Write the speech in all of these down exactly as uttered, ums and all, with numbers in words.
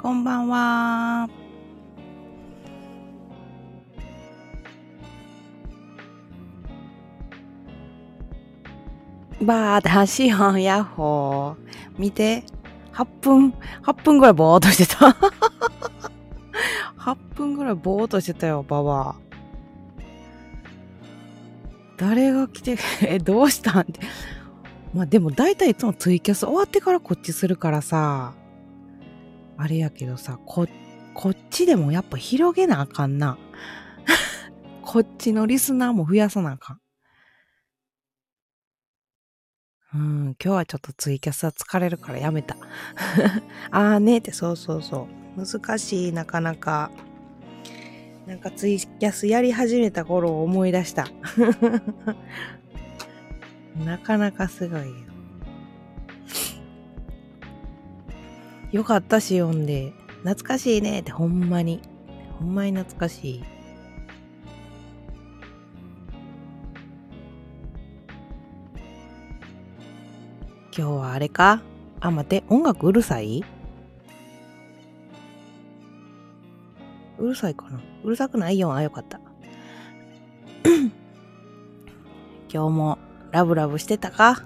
こんばんは。バーって走よん、ヤッホー。見て。はっぷん、はっぷんぐらいぼーっとしてた。はっぷんぐらいぼーっとしてたよ、ババア。誰が来て、え、どうしたんって。まあでも大体いつもツイキャス終わってからこっちするからさ、あれやけどさ、こ、こっちでもやっぱ広げなあかんな。こっちのリスナーも増やさなあかん。うん、今日はちょっとツイキャスは疲れるからやめた。あーねって、そうそうそう。難しい、なかなか。なんかツイキャスやり始めた頃を思い出した。なかなかすごいよ。よかったし読んで。懐かしいねってほんまに。ほんまに懐かしい。今日はあれか？あ、待って、音楽うるさい？うるさいかな？うるさくないよ。あ、よかった。今日もラブラブしてたか？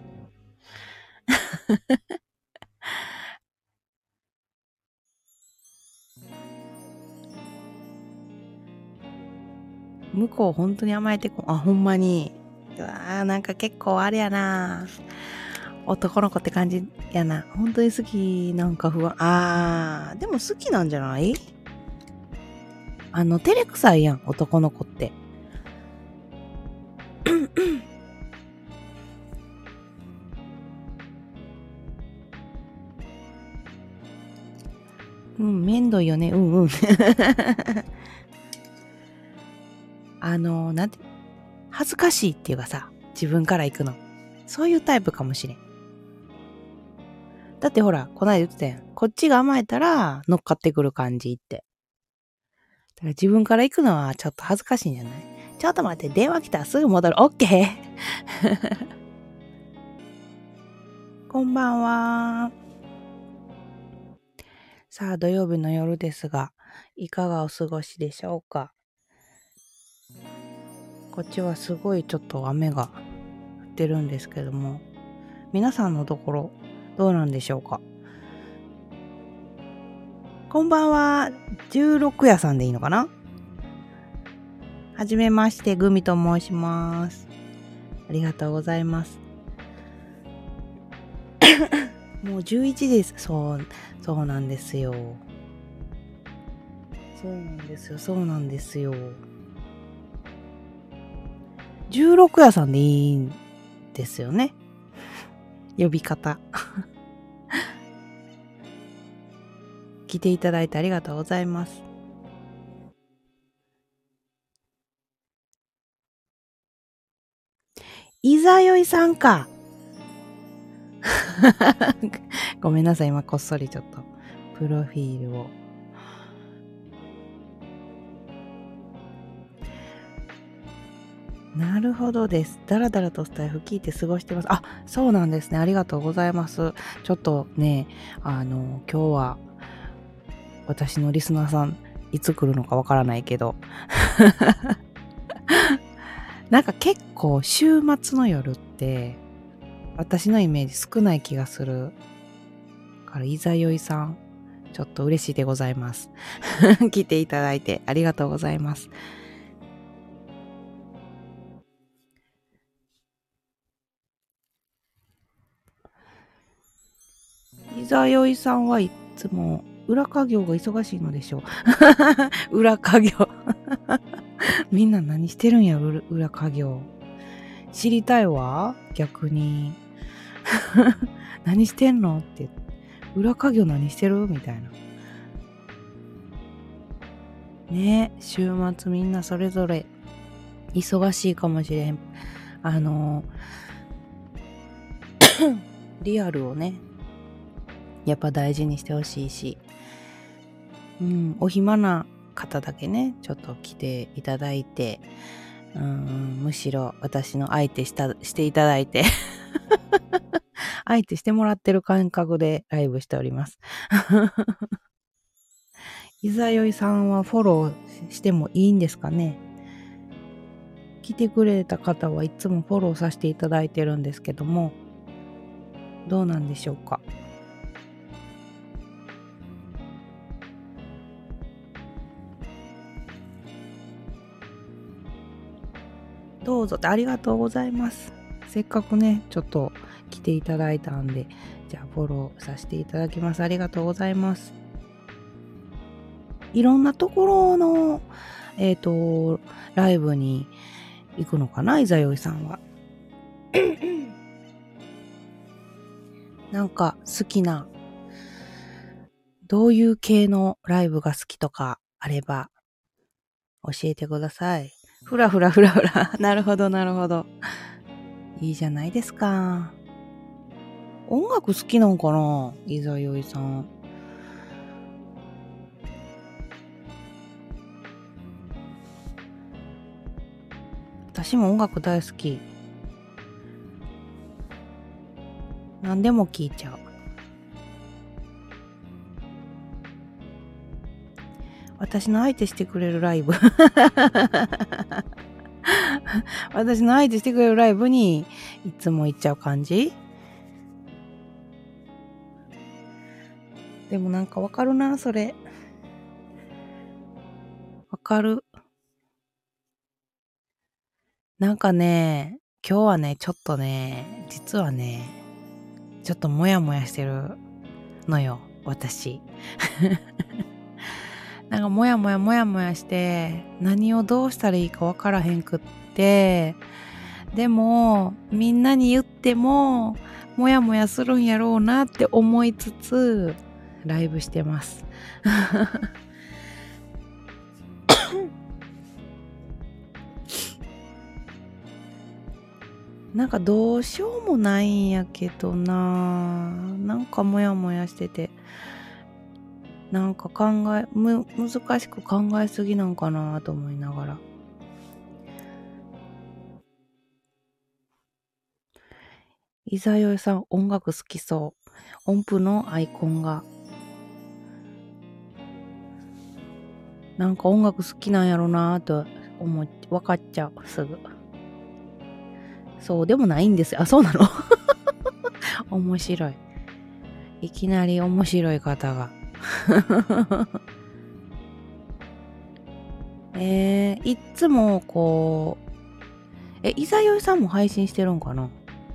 向こう本当に甘えてこん。あ、ほんまに。うわー、なんか結構あれやな。男の子って感じやな。本当に好きなんか不安。あー、でも好きなんじゃない？あの、照れくさいやん、男の子って。うん、めんどいよね。うんうん。あの、なんて、恥ずかしいっていうかさ、自分から行くの。そういうタイプかもしれん。だってほら、こないだ言ってたやん。こっちが甘えたら乗っかってくる感じって。だから自分から行くのはちょっと恥ずかしいんじゃない？ちょっと待って、電話来たらすぐ戻る。オッケー。こんばんは。さあ、土曜日の夜ですが、いかがお過ごしでしょうか？こっちはすごいちょっと雨が降ってるんですけども、皆さんのところどうなんでしょうか？こんばんは。じゅうろくやさんでいいのかな？はじめまして、グミと申します。ありがとうございます。もうじゅういちじです。そう、そうなんですよ。そうなんですよ。そうなんですよ。じゅうろくやさんでいいんですよね。呼び方。来ていただいてありがとうございます。いざよいさんか。ごめんなさい、今こっそりちょっとプロフィールを。なるほどです。だらだらとスタイフ聞いて過ごしてます。あ、そうなんですね。ありがとうございます。ちょっとね、あの、今日は私のリスナーさんいつ来るのかわからないけど、なんか結構週末の夜って私のイメージ少ない気がするから、いざよいさん、ちょっと嬉しいでございます。来ていただいてありがとうございます。いざよいさんはいつも裏稼業が忙しいのでしょう。裏稼業。みんな何してるんやろ、裏稼業。知りたいわ、逆に。何してんのって。裏稼業何してるみたいな。ね、週末みんなそれぞれ忙しいかもしれん。あの、リアルをね、やっぱ大事にしてほしいし、うん、お暇な方だけね、ちょっと来ていただいて、うん、むしろ私の相手したしていただいて相手してもらってる感覚でライブしております。 いざよいさんはフォローしてもいいんですかね。来てくれた方はいつもフォローさせていただいてるんですけども、どうなんでしょうか。どうぞ、ありがとうございます。せっかくね、ちょっと来ていただいたんで、じゃあフォローさせていただきます。ありがとうございます。いろんなところの、えっと、ライブに行くのかな、いざよいさんは。なんか好きな、どういう系のライブが好きとかあれば教えてください。ふらふらふらふら。なるほど、なるほど。いいじゃないですか。音楽好きなんかな、いざよいさん。私も音楽大好き。何でも聴いちゃう。私の相手してくれるライブ。私の相手してくれるライブにいつも行っちゃう感じ。でもなんかわかるな、それ。わかる。なんかね、今日はね、ちょっとね、実はね、ちょっとモヤモヤしてるのよ、私。なんかモヤモヤモヤモヤして、何をどうしたらいいかわからへんくって、でも、みんなに言っても、モヤモヤするんやろうなって思いつつ、ライブしてます。なんかどうしようもないんやけどな、なんかモヤモヤしてて、なんか考え、む、難しく考えすぎなんかなと思いながら。いざよいさん、音楽好きそう。音符のアイコンが。なんか音楽好きなんやろなと思って、分かっちゃう、すぐ。そうでもないんですよ。あ、そうなの。面白い。いきなり面白い方が。えー、いっつもこう、え、いざよいさんも配信してるんかな？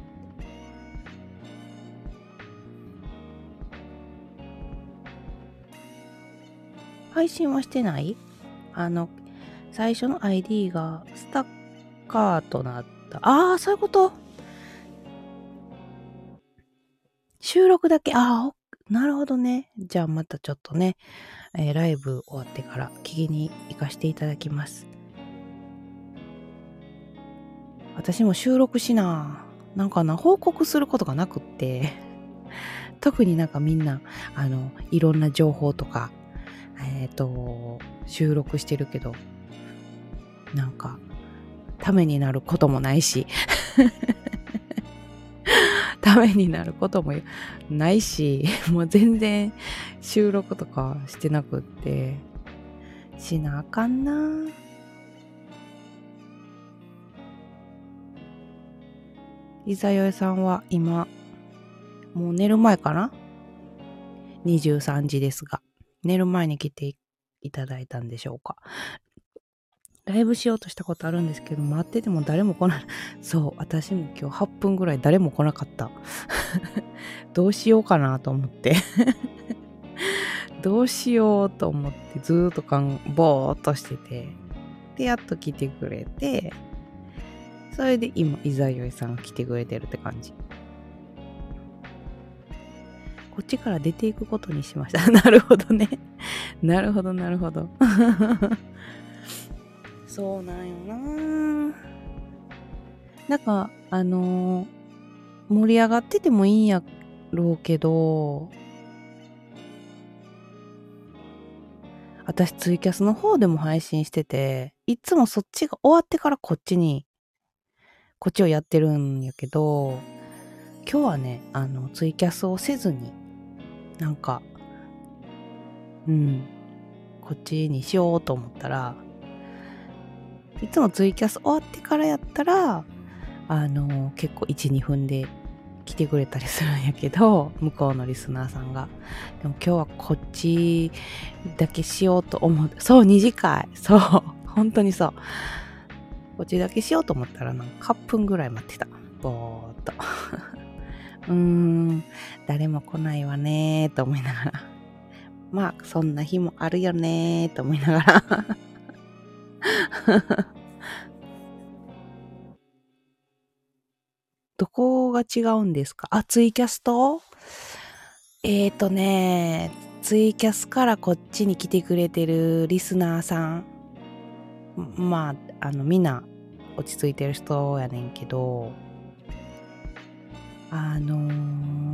配信はしてない？あの、最初の アイディー がスタッカーとなった。ああ、そういうこと？収録だけ、ああ、なるほどね。じゃあまたちょっとね、えーライブ終わってから聞きに行かせていただきます。私も収録しな、なんかな、報告することがなくって、特になんかみんな、あの、いろんな情報とか、えっと、収録してるけど、なんか、ためになることもないし、ためになることもないし、もう全然収録とかしてなくって、しなあかんな。いざよいさんは今、もう寝る前かな ?にじゅうさん 時ですが、寝る前に来ていただいたんでしょうか。ライブしようとしたことあるんですけど、待ってても誰も来ない。そう、私も今日はっぷんぐらい誰も来なかった。どうしようかなと思って。どうしようと思ってずーっとかんぼーっとしてて。で、やっと来てくれて、それで今、いざよいさんが来てくれてるって感じ。こっちから出ていくことにしました。なるほどね。なるほど、なるほど。そうなんよな。なんか、あのー、盛り上がっててもいいんやろうけど、私ツイキャスの方でも配信してて、いつもそっちが終わってからこっちに、こっちをやってるんやけど、今日はね、あの、ツイキャスをせずに、なんか、うん、 こっちにしようと思ったら、いつもツイキャス終わってからやったら、あの、結構いち、にふんで来てくれたりするんやけど、向こうのリスナーさんが。でも今日はこっちだけしようと思う。そう、二次会。そう、本当にそう。こっちだけしようと思ったら、なんかはっぷんぐらい待ってた。ぼーっと。うーん、誰も来ないわねーと思いながら。まあ、そんな日もあるよねーと思いながら。どこが違うんですか？あ、ツイキャスとえーとね、ツイキャスからこっちに来てくれてるリスナーさん、まあ、あの、みんな落ち着いてる人やねんけど、あのー、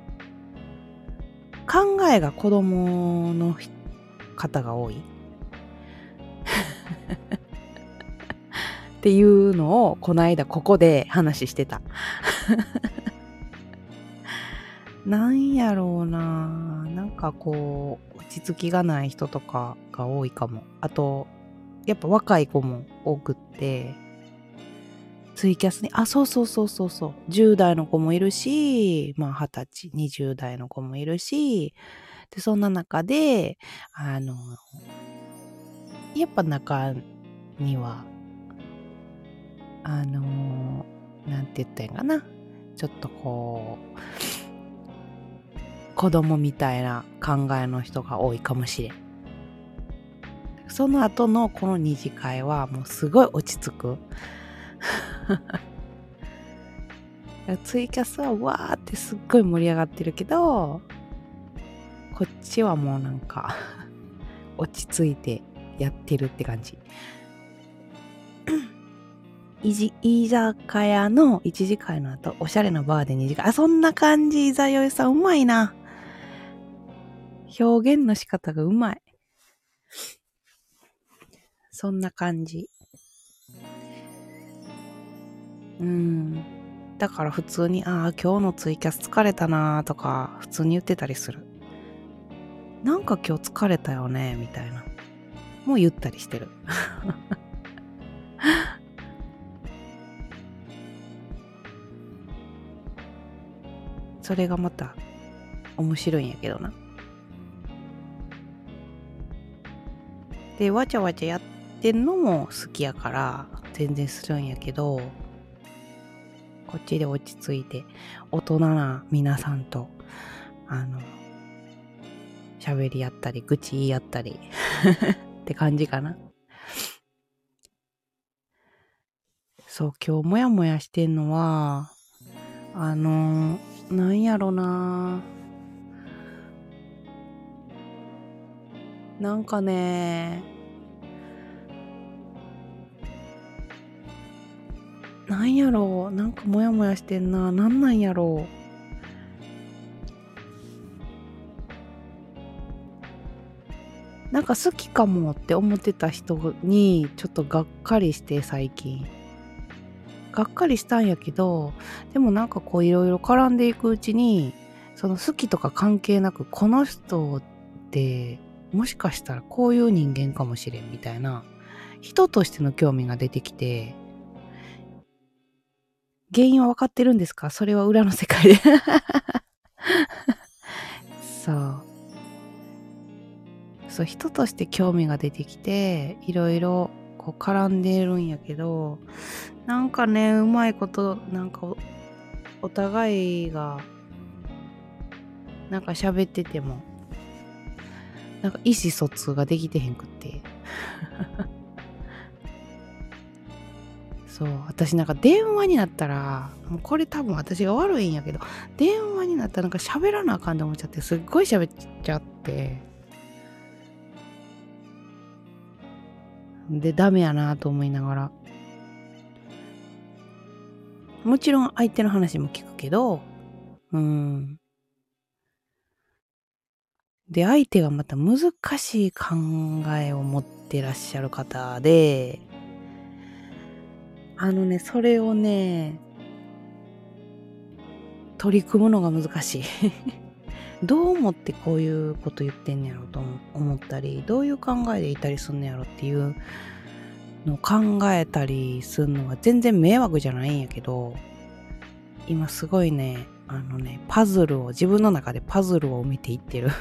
考えが子供の方が多いっていうのをこの間ここで話してた。なんやろうな、なんかこう落ち着きがない人とかが多いかも。あとやっぱ若い子も多くって、ツイキャスに、あ、そうそうそうそうそう、じゅう代の子もいるし、まあはたち、にじゅう代の子もいるし、でそんな中であのやっぱ中にはあのなんて言ったんやかな、ちょっとこう子供みたいな考えの人が多いかもしれん。その後のこの二次会はもうすごい落ち着く。ツイキャスはわーってすっごい盛り上がってるけど、こっちはもうなんか落ち着いてやってるって感じ。いじ居酒屋のいち次会の後、おしゃれなバーでに次会。あ、そんな感じ。居酒屋さんうまいな。表現の仕方がうまい。そんな感じ。うん。だから普通に、ああ、今日のツイキャス疲れたなーとか、普通に言ってたりする。なんか今日疲れたよね、みたいな。もう言ったりしてる。それがまた面白いんやけどな。で、わちゃわちゃやってんのも好きやから全然するんやけど、こっちで落ち着いて大人な皆さんとあの喋り合ったり愚痴言い合ったりって感じかな。そう、今日もやもやしてんのはあのなんやろな、なんかね、なんやろう、なんかもやもやしてんな、なんなんやろう。なんか好きかもって思ってた人にちょっとがっかりして最近。がっかりしたんやけど、でもなんかこういろいろ絡んでいくうちに、その好きとか関係なく、この人ってもしかしたらこういう人間かもしれんみたいな、人としての興味が出てきて、原因は分かってるんですか？それは裏の世界で。そう。そう、人として興味が出てきて、いろいろこう絡んでるんやけど、なんかね、うまいこと、なんかお、お互いが、なんか喋ってても、なんか意思疎通ができてへんくって。そう、私なんか電話になったら、もうこれ多分私が悪いんやけど、電話になったらなんか喋らなあかんと思っちゃって、すっごい喋っちゃって、で、ダメやなと思いながら。もちろん相手の話も聞くけど、うん。で、相手がまた難しい考えを持ってらっしゃる方で、あのね、それをね、取り組むのが難しい。 どう思ってこういうこと言ってんねやろと思ったり、どういう考えでいたりすんねやろっていうのを考えたりするのが全然迷惑じゃないんやけど、今すごいね、あのね、パズルを、自分の中でパズルを見ていってる。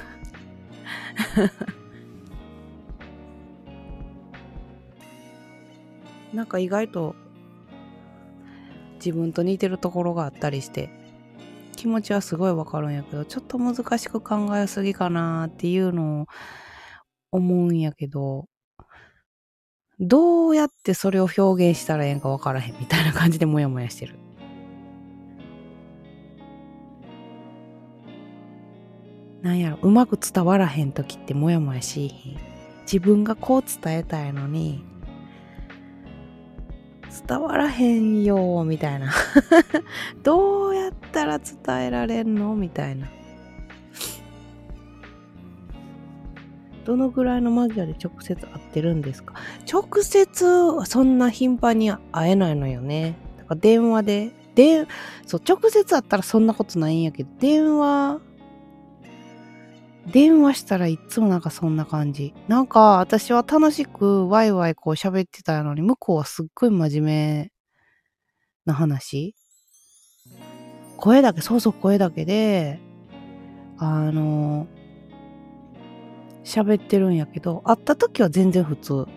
なんか意外と自分と似てるところがあったりして、気持ちはすごいわかるんやけど、ちょっと難しく考えすぎかなっていうのを思うんやけど、どうやってそれを表現したらええんかわからへんみたいな感じでモヤモヤしてる。なんやろ、うまく伝わらへん時ってモヤモヤしへん。自分がこう伝えたいのに、伝わらへんよみたいな。どうやったら伝えられんのみたいな。どのぐらいの間際で直接会ってるんですか？直接そんな頻繁に会えないのよね。だから電話で、で、そう、直接会ったらそんなことないんやけど、電話、電話したらいつもなんかそんな感じ。なんか私は楽しくワイワイこう喋ってたのに、向こうはすっごい真面目な話。声だけ、そうそう声だけで、あの、喋ってるんやけど、会った時は全然普通。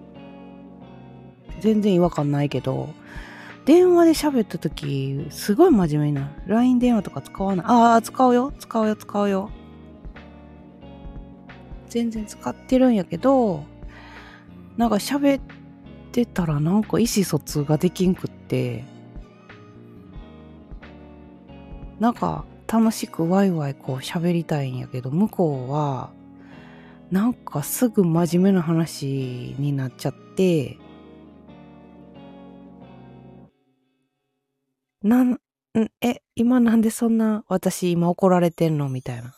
全然違和感ないけど、電話で喋った時、すごい真面目になる。ライン 電話とか使わない。ああ、使うよ、使うよ、使うよ。全然使ってるんやけど、なんか喋ってたらなんか意思疎通ができんくって、なんか楽しくワイワイこう喋りたいんやけど、向こうは、なんかすぐ真面目な話になっちゃって、なん、んえ、今なんでそんな私今怒られてんのみたいな。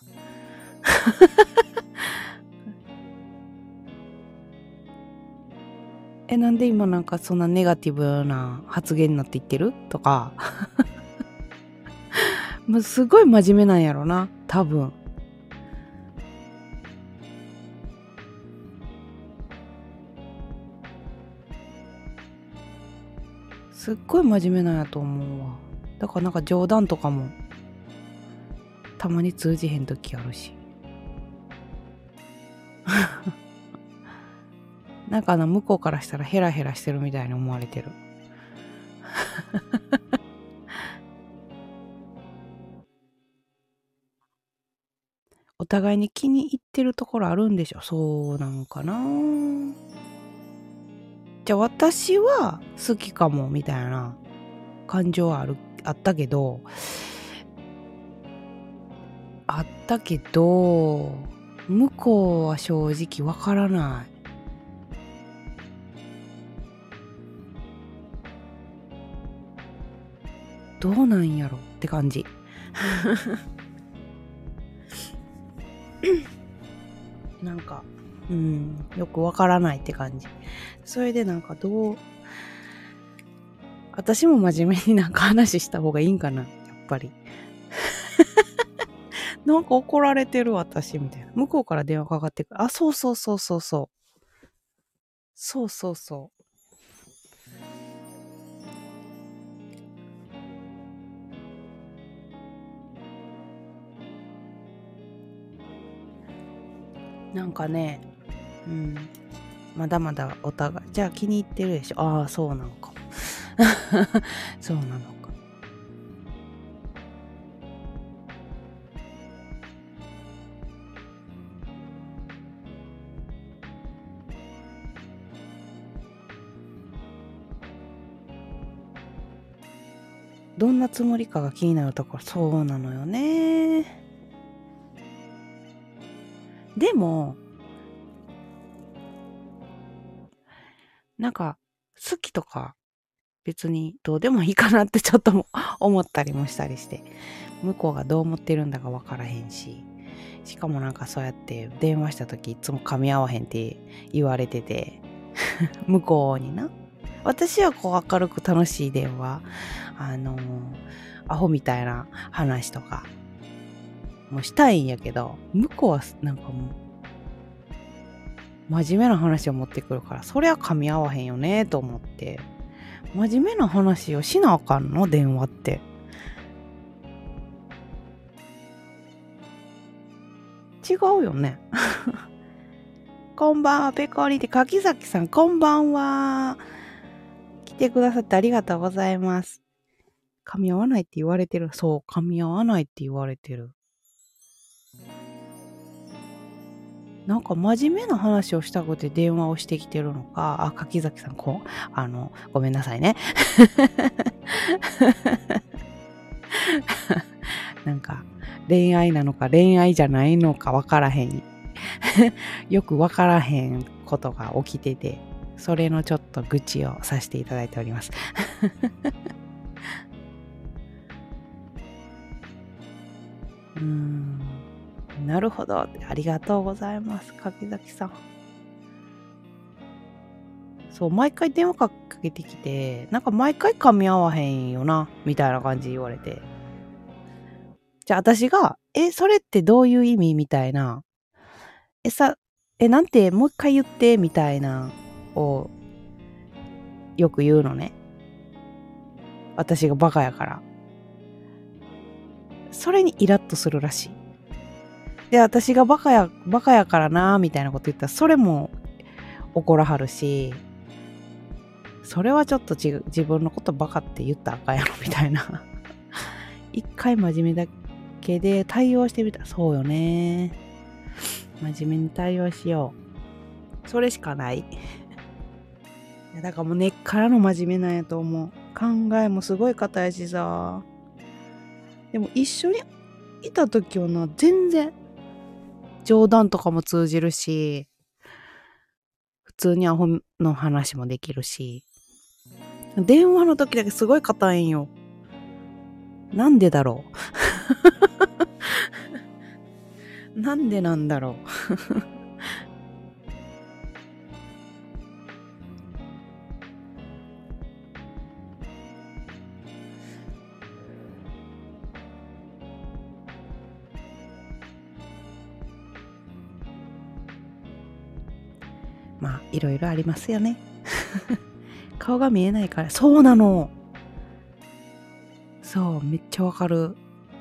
え、なんで今なんかそんなネガティブな発言になっていってるとか。もうすごい真面目なんやろな、多分。すっごい真面目なんやと思うわ。だからなんか冗談とかもたまに通じへん時あるし。なんかな、向こうからしたらヘラヘラしてるみたいに思われてる。お互いに気に入ってるところあるんでしょ。そうなんかな。じゃあ私は好きかもみたいな感情はある、あったけど、あったけど、向こうは正直わからない。どうなんやろって感じ。なんか、うん、よくわからないって感じ。それでなんかどう、私も真面目になんか話した方がいいんかな、やっぱり。なんか怒られてる私みたいな。向こうから電話かかってくる。あ、そうそうそうそうそう。そうそうそう。なんかね、うん。まだまだお互い。じゃあ気に入ってるでしょ。ああ、そうなのか。そうなのか。どんなつもりかが気になるところ、そうなのよね。でも、なんか、好きとか別にどうでもいいかなってちょっとも思ったりもしたりして、向こうがどう思ってるんだかわからへんし、しかもなんかそうやって電話した時いつも噛み合わへんって言われてて、向こうにな。私はこう明るく楽しい電話、あのー、アホみたいな話とかもうしたいんやけど、向こうはなんかもう真面目な話を持ってくるから、そりゃ噛み合わへんよねと思って、真面目な話をしなあかんの電話って。違うよね。こんばんは、ペコリで柿崎さん、こんばんは。来てくださってありがとうございます。噛み合わないって言われてる。そう、噛み合わないって言われてる。なんか真面目な話をしたくて電話をしてきてるのか、あ、柿崎さん、こう、あの、ごめんなさいね。なんか、恋愛なのか恋愛じゃないのかわからへん。よくわからへんことが起きてて、それのちょっと愚痴をさせていただいております。うーん、なるほど。ありがとうございます、柿崎さん。そう、毎回電話かけてきて、なんか毎回噛み合わへんよな、みたいな感じ言われて。じゃあ私が、え、それってどういう意味みたいな。え、さ、え、なんて、もう一回言って、みたいな、を、よく言うのね。私がバカやから。それにイラッとするらしい。で、私がバカや、バカやからな、みたいなこと言ったら、それも怒らはるし、それはちょっと違う、自分のことバカって言ったらあかんやろ、みたいな。一回真面目だけで対応してみたら、そうよね。真面目に対応しよう。それしかない。いやだからもう根っからの真面目なんやと思う。考えもすごい硬いしさ。でも一緒にいた時はな、全然冗談とかも通じるし、普通にアホの話もできるし、電話の時だけすごい硬いんよ。なんでだろう。なんでなんだろう。まあいろいろありますよね。顔が見えないから。そうなの。そう、めっちゃわかる。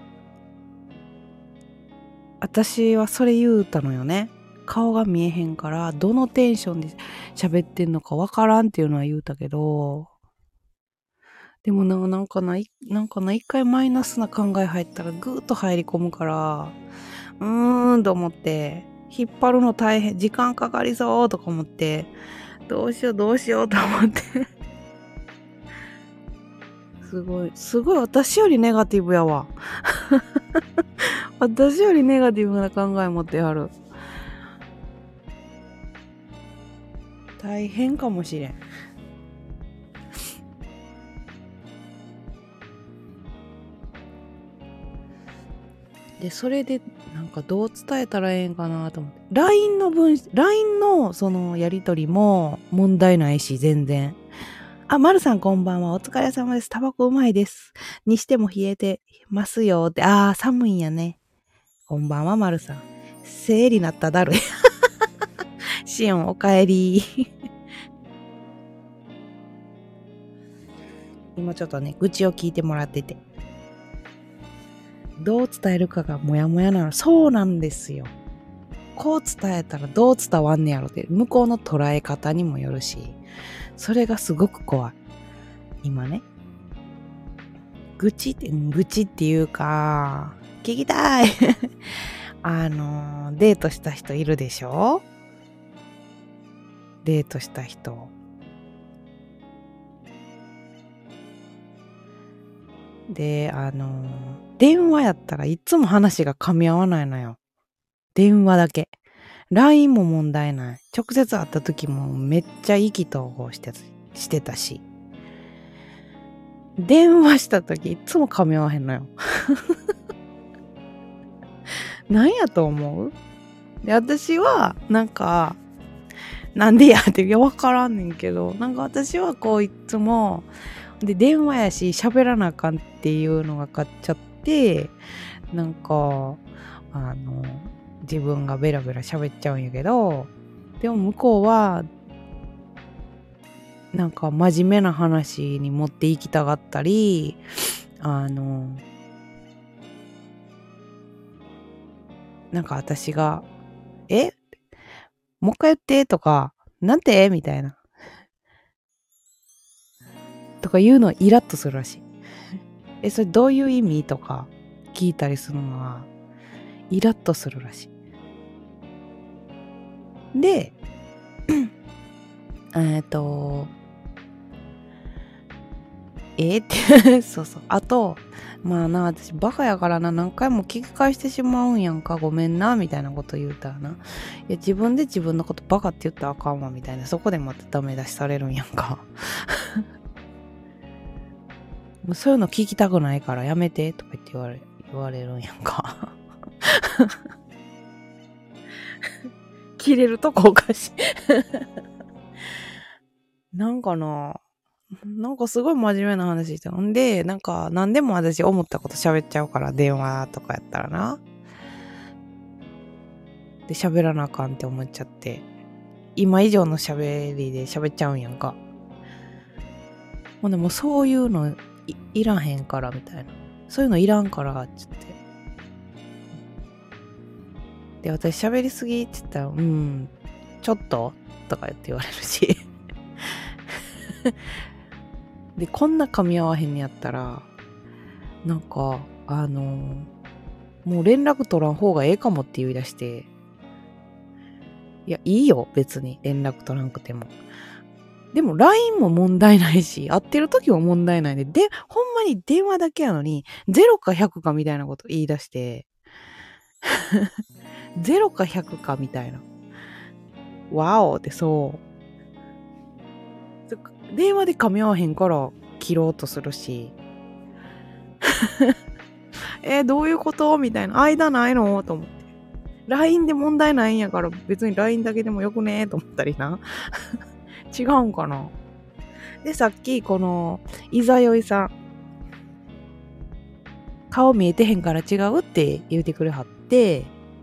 私はそれ言うたのよね。顔が見えへんから、どのテンションで喋ってんのかわからんっていうのは言うたけど、でもな、なんかな、なんかな、一回マイナスな考え入ったらぐーっと入り込むから、うーんと思って、引っ張るの大変、時間かかりそうとか思って、どうしようどうしようと思って。すごい、すごい私よりネガティブやわ。私よりネガティブな考え持ってはる。大変かもしれん。で、それでなんかどう伝えたらええんかなと思って。ライン の文、ライン のそのやりとりも問題ないし、全然。あ、まるさんこんばんは。お疲れ様です。タバコうまいです。にしても冷えてますよって。あー、寒いんやね。こんばんは、まるさん。生理なっただるい。シオン、おかえり。今ちょっとね、愚痴を聞いてもらってて。どう伝えるかがモヤモヤなの。そうなんですよ。こう伝えたらどう伝わんねやろって、向こうの捉え方にもよるし、それがすごく怖い。今ね。愚痴って、愚痴っていうか、聞きたい。あの、デートした人いるでしょ？デートした人。で、あの、電話やったらいつも話が噛み合わないのよ。電話だけ。ライン も問題ない。直接会った時もめっちゃ意気投合してしてたし。電話した時いつも噛み合わへんのよ。何やと思う？で、私は、なんか、なんでやって、いや、わからんねんけど、なんか私はこういつも、で、電話やし、喋らなあかんっていうのが勝っちゃって、なんか、 あの自分がベラベラ喋っちゃうんやけど、でも向こうはなんか真面目な話に持っていきたがったり、あのなんか私がえもう一回言ってとかなんてみたいなとか言うのイラッとするらしい。えそれどういう意味とか聞いたりするのはイラッとするらしい。でえっとえってそうそう。あとまあな、私バカやからな、何回も聞き返してしまうんやんか、ごめんなみたいなこと言うたらな、いや自分で自分のことバカって言ったらあかんわみたいな、そこでまたダメ出しされるんやんかもうそういうの聞きたくないからやめてとか言って言われ言われるんやんか切れるとこおかしいなんかな、なんかすごい真面目な話してるんで、なんか何でも私思ったこと喋っちゃうから、電話とかやったらな、で喋らなあかんって思っちゃって、今以上の喋りで喋っちゃうんやんか。ほんでもうそういうの い, いらへんからみたいな、そういうのいらんからっつって、で私喋りすぎって言ったら、うんちょっととか言って言われるしでこんな噛み合わへんにやったらなんかあのー、もう連絡取らん方がええかもって言い出して、いやいいよ別に連絡取らんくても、でも ライン も問題ないし、会ってる時も問題ないで、で、ほんまに電話だけやのに、ゼロかひゃくかみたいなこと言い出して、ゼロかひゃくかみたいな。わおってそう。電話で噛み合わへんから切ろうとするし、えー、どういうことみたいな。間ないのと思って。ライン で問題ないんやから別に ライン だけでもよくねーと思ったりな。違うんかな。で、さっきこのいざよいさん、顔見えてへんから違うって言うてくれはって、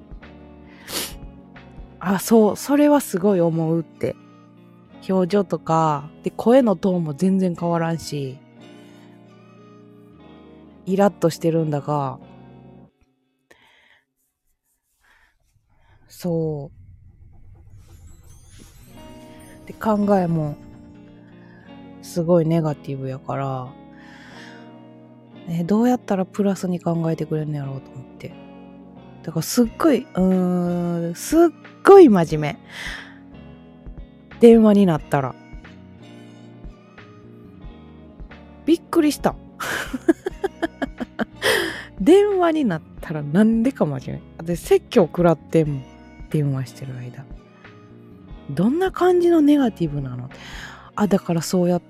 あ、そう、それはすごい思うって。表情とか、で、声のトーンも全然変わらんし、イラッとしてるんだが、そう。で、考えも、すごいネガティブやから、えどうやったらプラスに考えてくれんのやろうと思って。だからすっごい、うーん、すっごい真面目。電話になったら。びっくりした。電話になったらなんでか真面目。私説教食らってんもん。電話してる間。どんな感じのネガティブなの？あ、だからそうやって、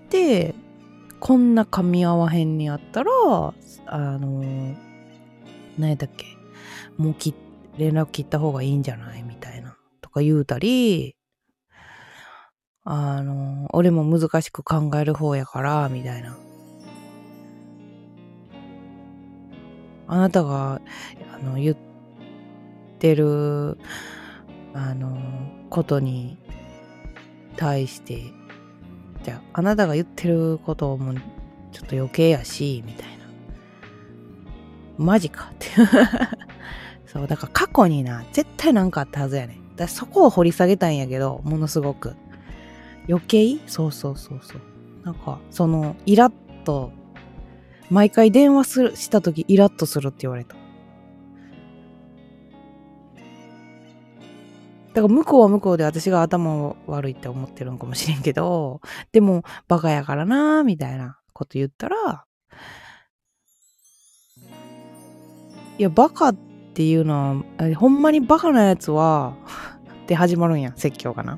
こんな噛み合わへんにあったら、あのー、何やったっけ？もうき連絡切った方がいいんじゃないみたいな。とか言うたり、あのー、俺も難しく考える方やから、みたいな。あなたが、あの、言ってる、あの、ことに対して、じゃあ、あなたが言ってることもちょっと余計やし、みたいな。マジかって。そう、だから過去にな、絶対なんかあったはずやね。だそこを掘り下げたんやけど、ものすごく。余計？そうそうそうそう。なんか、その、イラッと、毎回電話するしたときイラッとするって言われた。だから向こうは向こうで私が頭悪いって思ってるんかもしれんけど、でもバカやからなーみたいなこと言ったら、いやバカっていうのは、ほんまにバカなやつはって始まるんや、説教かな。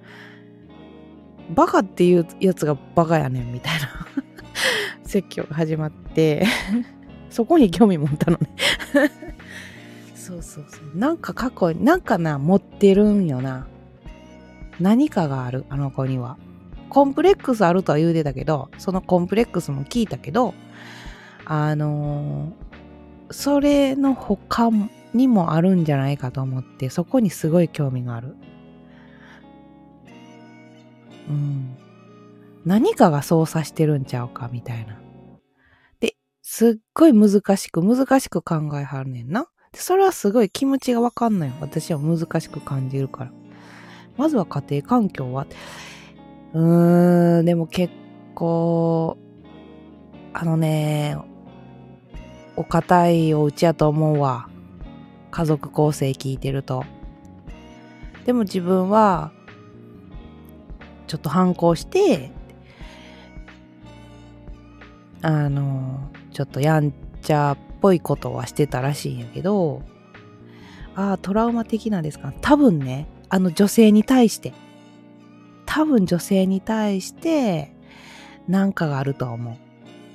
バカっていうやつがバカやねんみたいな説教が始まってそこに興味持ったのねそうそうそう。なんか過去に、なんかな、持ってるんよな。何かがある、あの子には。コンプレックスあるとは言うてたけど、そのコンプレックスも聞いたけど、あのー、それの他にもあるんじゃないかと思って、そこにすごい興味がある。うん。何かが操作してるんちゃうかみたいな。で、すっごい難しく難しく考えはるねんな。でそれはすごい気持ちがわかんないよ。私は難しく感じるから。まずは家庭環境は、うーん、でも結構、あのね、お堅いお家やと思うわ。家族構成聞いてると。でも自分は、ちょっと反抗して、あの、ちょっとやんちゃっぽいことはしてたらしいんやけど、ああ、トラウマ的なんですか。多分ね、あの女性に対して、多分女性に対して、なんかがあると思う。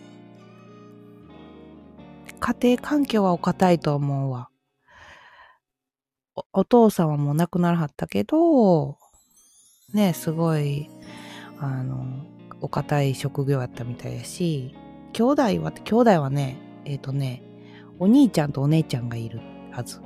家庭環境はお堅いと思うわ。お、お父さんはもう亡くならはったけど、ね、すごい、あの、お堅い職業やったみたいやし、兄弟は、兄弟はね、えっとね、お兄ちゃんとお姉ちゃんがいるはず。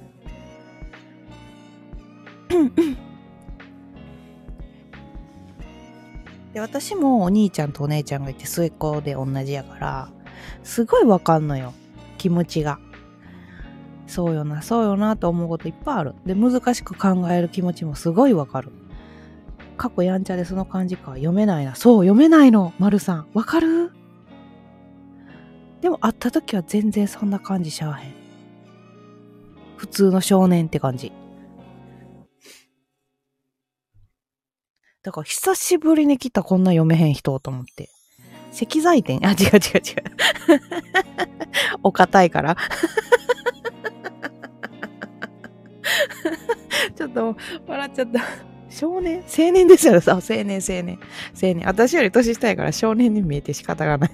で、私もお兄ちゃんとお姉ちゃんがいて末っ子で同じやから、すごいわかんのよ。気持ちが。そうよな、そうよなと思うこといっぱいある。で、難しく考える気持ちもすごいわかる。過去やんちゃでその感じか読めないな。そう、読めないの、丸さん。わかる？でも会った時は全然そんな感じしゃあへん。普通の少年って感じ。だから久しぶりに来たこんな読めへん人と思って。石材店あ、違う違う違う。お堅いから。ちょっと笑っちゃった。少年青年ですよ。あ、青年青年。青年。私より年下やから少年に見えて仕方がない。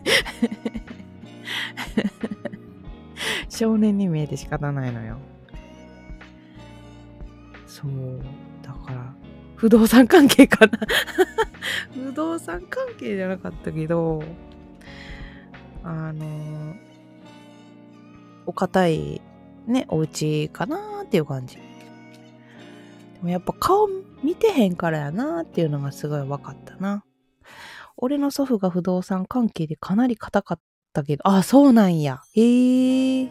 少年に見えて仕方ないのよ。そう。だから、不動産関係かな。不動産関係じゃなかったけど、あの、お堅いね、お家かなーっていう感じ。でもやっぱ顔見てへんからやなーっていうのがすごい分かったな。俺の祖父が不動産関係でかなり硬かったけど、あ、そうなんや。へえ。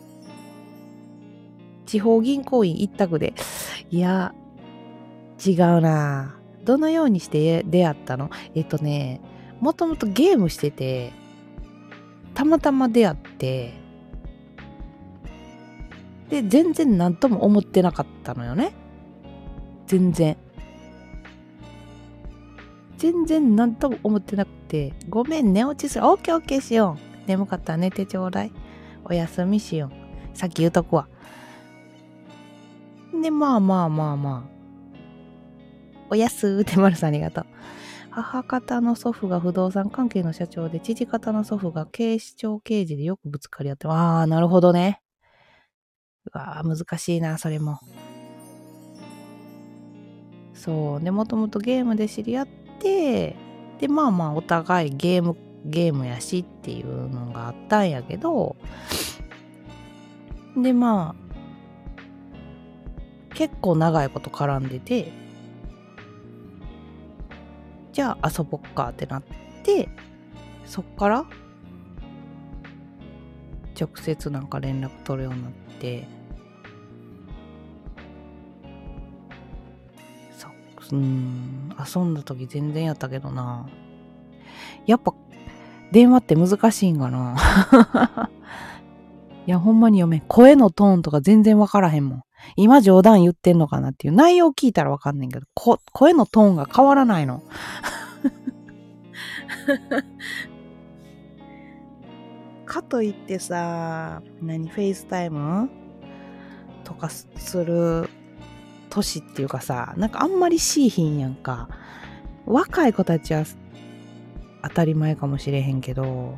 地方銀行員一択で。いや、違うな。どのようにして出会ったの？えっとね、もともとゲームしてて、たまたま出会って、で、全然何とも思ってなかったのよね。全然。全然何とも思ってなくて、ごめん、寝落ちする。オッケーオッケーしよう。眠かったら寝てちょうだい。おやすみしよう。さっき言うとくわ。で、まあまあまあまあ。おやすーって丸さんありがとう。母方の祖父が不動産関係の社長で、父方の祖父が警視庁刑事でよくぶつかり合って、ああ、なるほどね。うわー、難しいな、それも。そう。で、もともとゲームで知り合って、で、まあまあ、お互いゲーム、ゲームやしっていうのがあったんやけど、で、まあ、結構長いこと絡んでて、じゃあ遊ぼっかってなって、そっから直接なんか連絡取るようになって、そ、うーん、遊んだ時全然やったけどな。やっぱ電話って難しいんかな。いや、ほんまに読めん。声のトーンとか全然わからへんもん。今冗談言ってんのかなっていう内容聞いたらわかんねんけど、こ声のトーンが変わらないの。かといってさ、何フェイスタイムとかする年っていうかさ、なんかあんまりしいひんやんか。若い子たちは当たり前かもしれへんけど、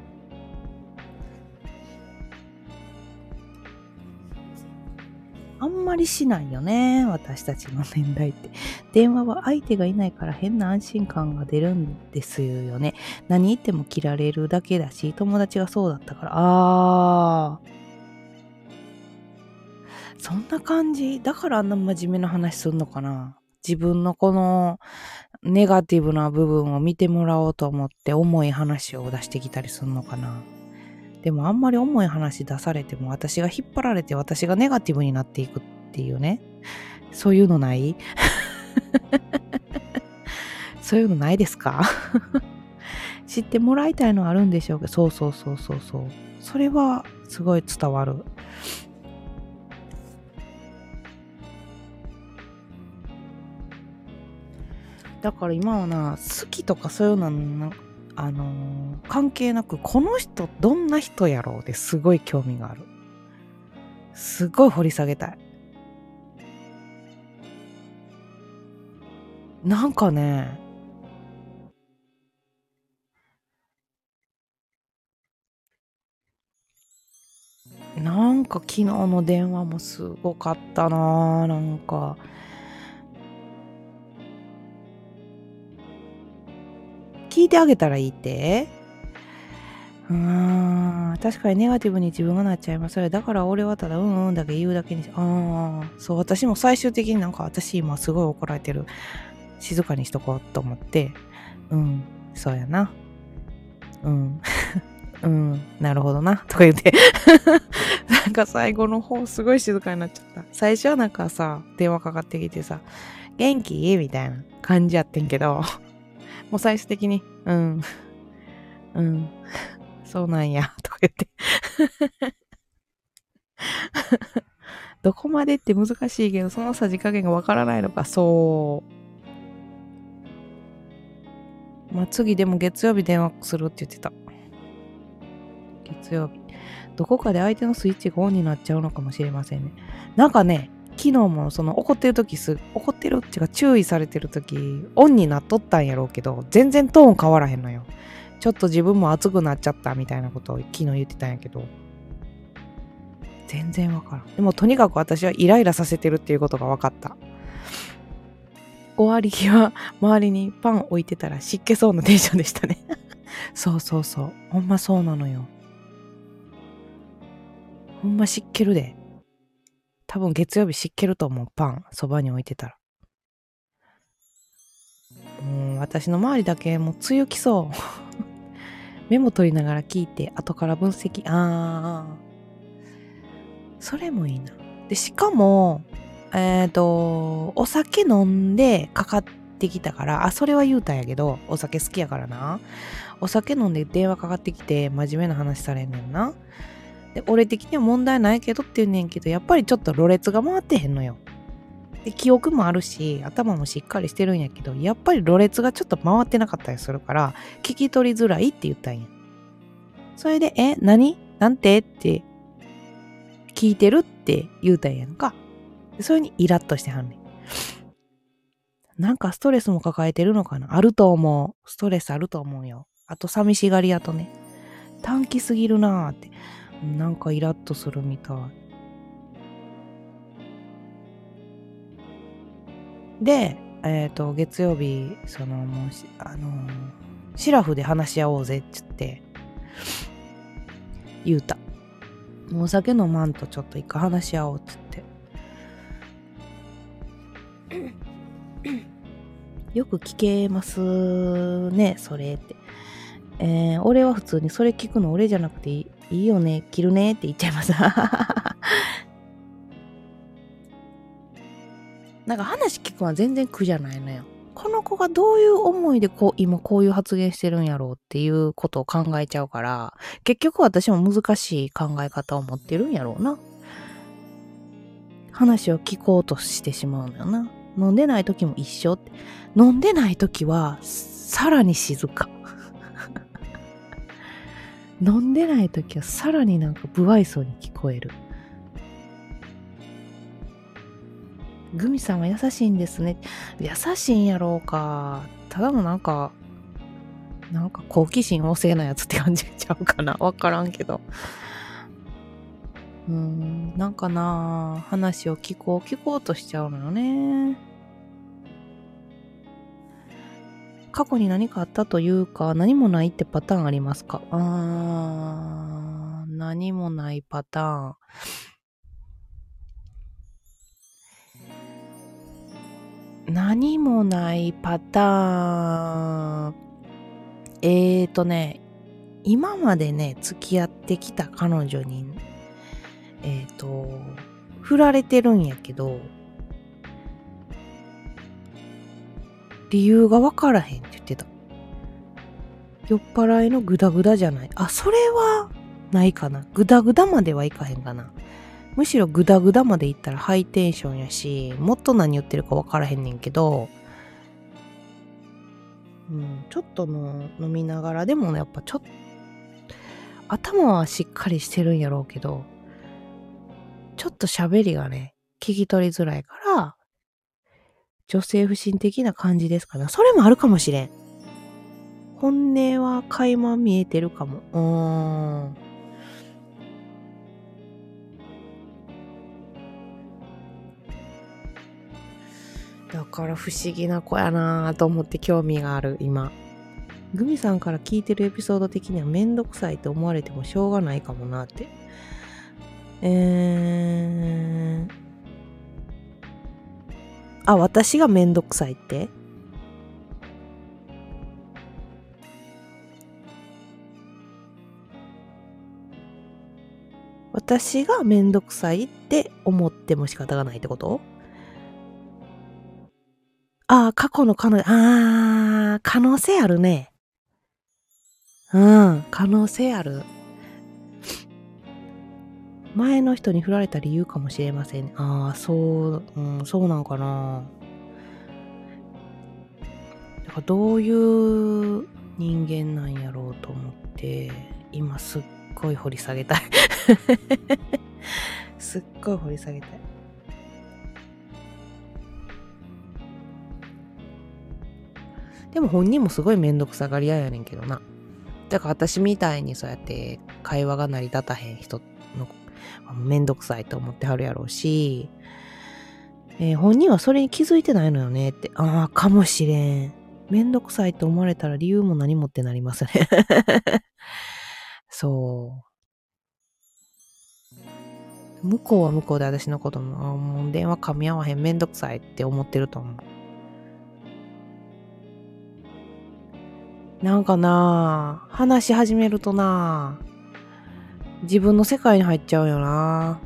あんまりしないよね、私たちの年代って。電話は相手がいないから変な安心感が出るんですよね。何言っても切られるだけだし、友達がそうだったから、あー。 そんな感じだからあんな真面目な話すんのかな。自分のこのネガティブな部分を見てもらおうと思って重い話を出してきたりすんのかな。でもあんまり重い話出されても私が引っ張られて私がネガティブになっていくっていうね。そういうのないそういうのないですか知ってもらいたいのはあるんでしょうけど、そうそうそうそうそう。それはすごい伝わる。だから今はな、好きとかそういうのな、あのー関係なく、この人どんな人やろうですごい興味がある。すごい掘り下げたい。なんかね、なんか昨日の電話もすごかったなぁ。なんか、聞いてあげたらいいって。うーん、確かにネガティブに自分がなっちゃいます。それだから俺はただうんうんだけ言うだけにし、ああ、そう、私も最終的になんか私今すごい怒られてる。静かにしとこうと思って、うん、そうやな。うん、うん、なるほどな。とか言って、なんか最後の方すごい静かになっちゃった。最初はなんかさ、電話かかってきてさ、元気みたいな感じやってんけど、もう最終的に、うん、うん、そうなんや、とか言って。どこまでって難しいけど、そのさじ加減がわからないのか、そう。まあ、次でも月曜日電話するって言ってた。月曜日。どこかで相手のスイッチがオンになっちゃうのかもしれませんね。なんかね、昨日もその怒ってる時す、怒ってるっていうか注意されてる時、オンになっとったんやろうけど、全然トーン変わらへんのよ。ちょっと自分も熱くなっちゃったみたいなことを昨日言ってたんやけど、全然わからん。でもとにかく私はイライラさせてるっていうことが分かった。終わり際、周りにパン置いてたら湿気そうなテンションでしたね。そうそうそう。ほんまそうなのよ。ほんま湿気るで。多分月曜日湿気ると思う。パン、そばに置いてたら。もう私の周りだけもう梅雨来そう。メモ取りながら聞いて、後から分析。あー、それもいいな。で、しかも、えっと、お酒飲んでかかってきたから、あ、それは言うたんやけど、お酒好きやからな。お酒飲んで電話かかってきて、真面目な話されんねんな。で、俺的には問題ないけどって言うねんけど、やっぱりちょっとろれつが回ってへんのよ。で、記憶もあるし、頭もしっかりしてるんやけど、やっぱりろれつがちょっと回ってなかったりするから、聞き取りづらいって言ったんや。それで、え、何なんてって聞いてるって言うたんやんか。それにイラッとしてはんねん。なんかストレスも抱えてるのかな。あると思う。ストレスあると思うよ。あと寂しがり屋とね。短気すぎるなーって。なんかイラッとするみたい。で、えっと、月曜日、その、もうし、あのーシラフで話し合おうぜって言って、言うた。もうお酒飲まんとちょっと一回話し合おうって言って。よく聞けますね、それって。えー、俺は普通にそれ聞くの俺じゃなくていい、いいよね、切るねって言っちゃいます。なんか話聞くのは全然苦じゃないのよ。この子がどういう思いでこう今こういう発言してるんやろうっていうことを考えちゃうから、結局私も難しい考え方を持ってるんやろうな。話を聞こうとしてしまうのよな。飲んでない時も一緒って。飲んでない時はさらに静か。飲んでない時はさらになんか不愛想に聞こえる。グミさんは優しいんですね。優しいんやろうか。ただのなんか、なんか好奇心旺盛なやつって感じちゃうかな。わからんけど。うーん、なんかな、話を聞こう、聞こうとしちゃうのよね。過去に何かあったというか、何もないってパターンありますか？あー、何もないパターン。 何もないパターン。えーとね、今までね、付き合ってきた彼女に、えーと、振られてるんやけど、理由がわからへんって言ってた。酔っ払いのグダグダじゃない。あ、それはないかな。グダグダまではいかへんかな。むしろグダグダまでいったらハイテンションやし、もっと何言ってるかわからへんねんけど、うん、ちょっとの飲みながらでもね、やっぱちょっと頭はしっかりしてるんやろうけど、ちょっと喋りがね、聞き取りづらいから、女性不信的な感じですかね。それもあるかもしれん。本音は垣間見えてるかも。うーん。だから不思議な子やなぁと思って興味がある、今。グミさんから聞いてるエピソード的にはめんどくさいと思われてもしょうがないかもなって。えー、あ、私がめんどくさいって？私がめんどくさいって思っても仕方がないってこと？ああ、過去の彼女、ああ、可能性あるね。うん、可能性ある。前の人に振られた理由かもしれません。ああ、そう、うん、そうなんかな。だからどういう人間なんやろうと思って、今すっごい掘り下げたい。すっごい掘り下げたい。でも本人もすごいめんどくさがり屋やねんけどな。だから私みたいにそうやって会話が成り立たへん人のめんどくさいと思ってはるやろうし、えー、本人はそれに気づいてないのよねって。ああ、かもしれん。めんどくさいと思われたら理由も何もってなりますね。そう。向こうは向こうで私のことも、あもう電話噛み合わへんめんどくさいって思ってると思う。なんかなぁ、話し始めるとなぁ、自分の世界に入っちゃうよな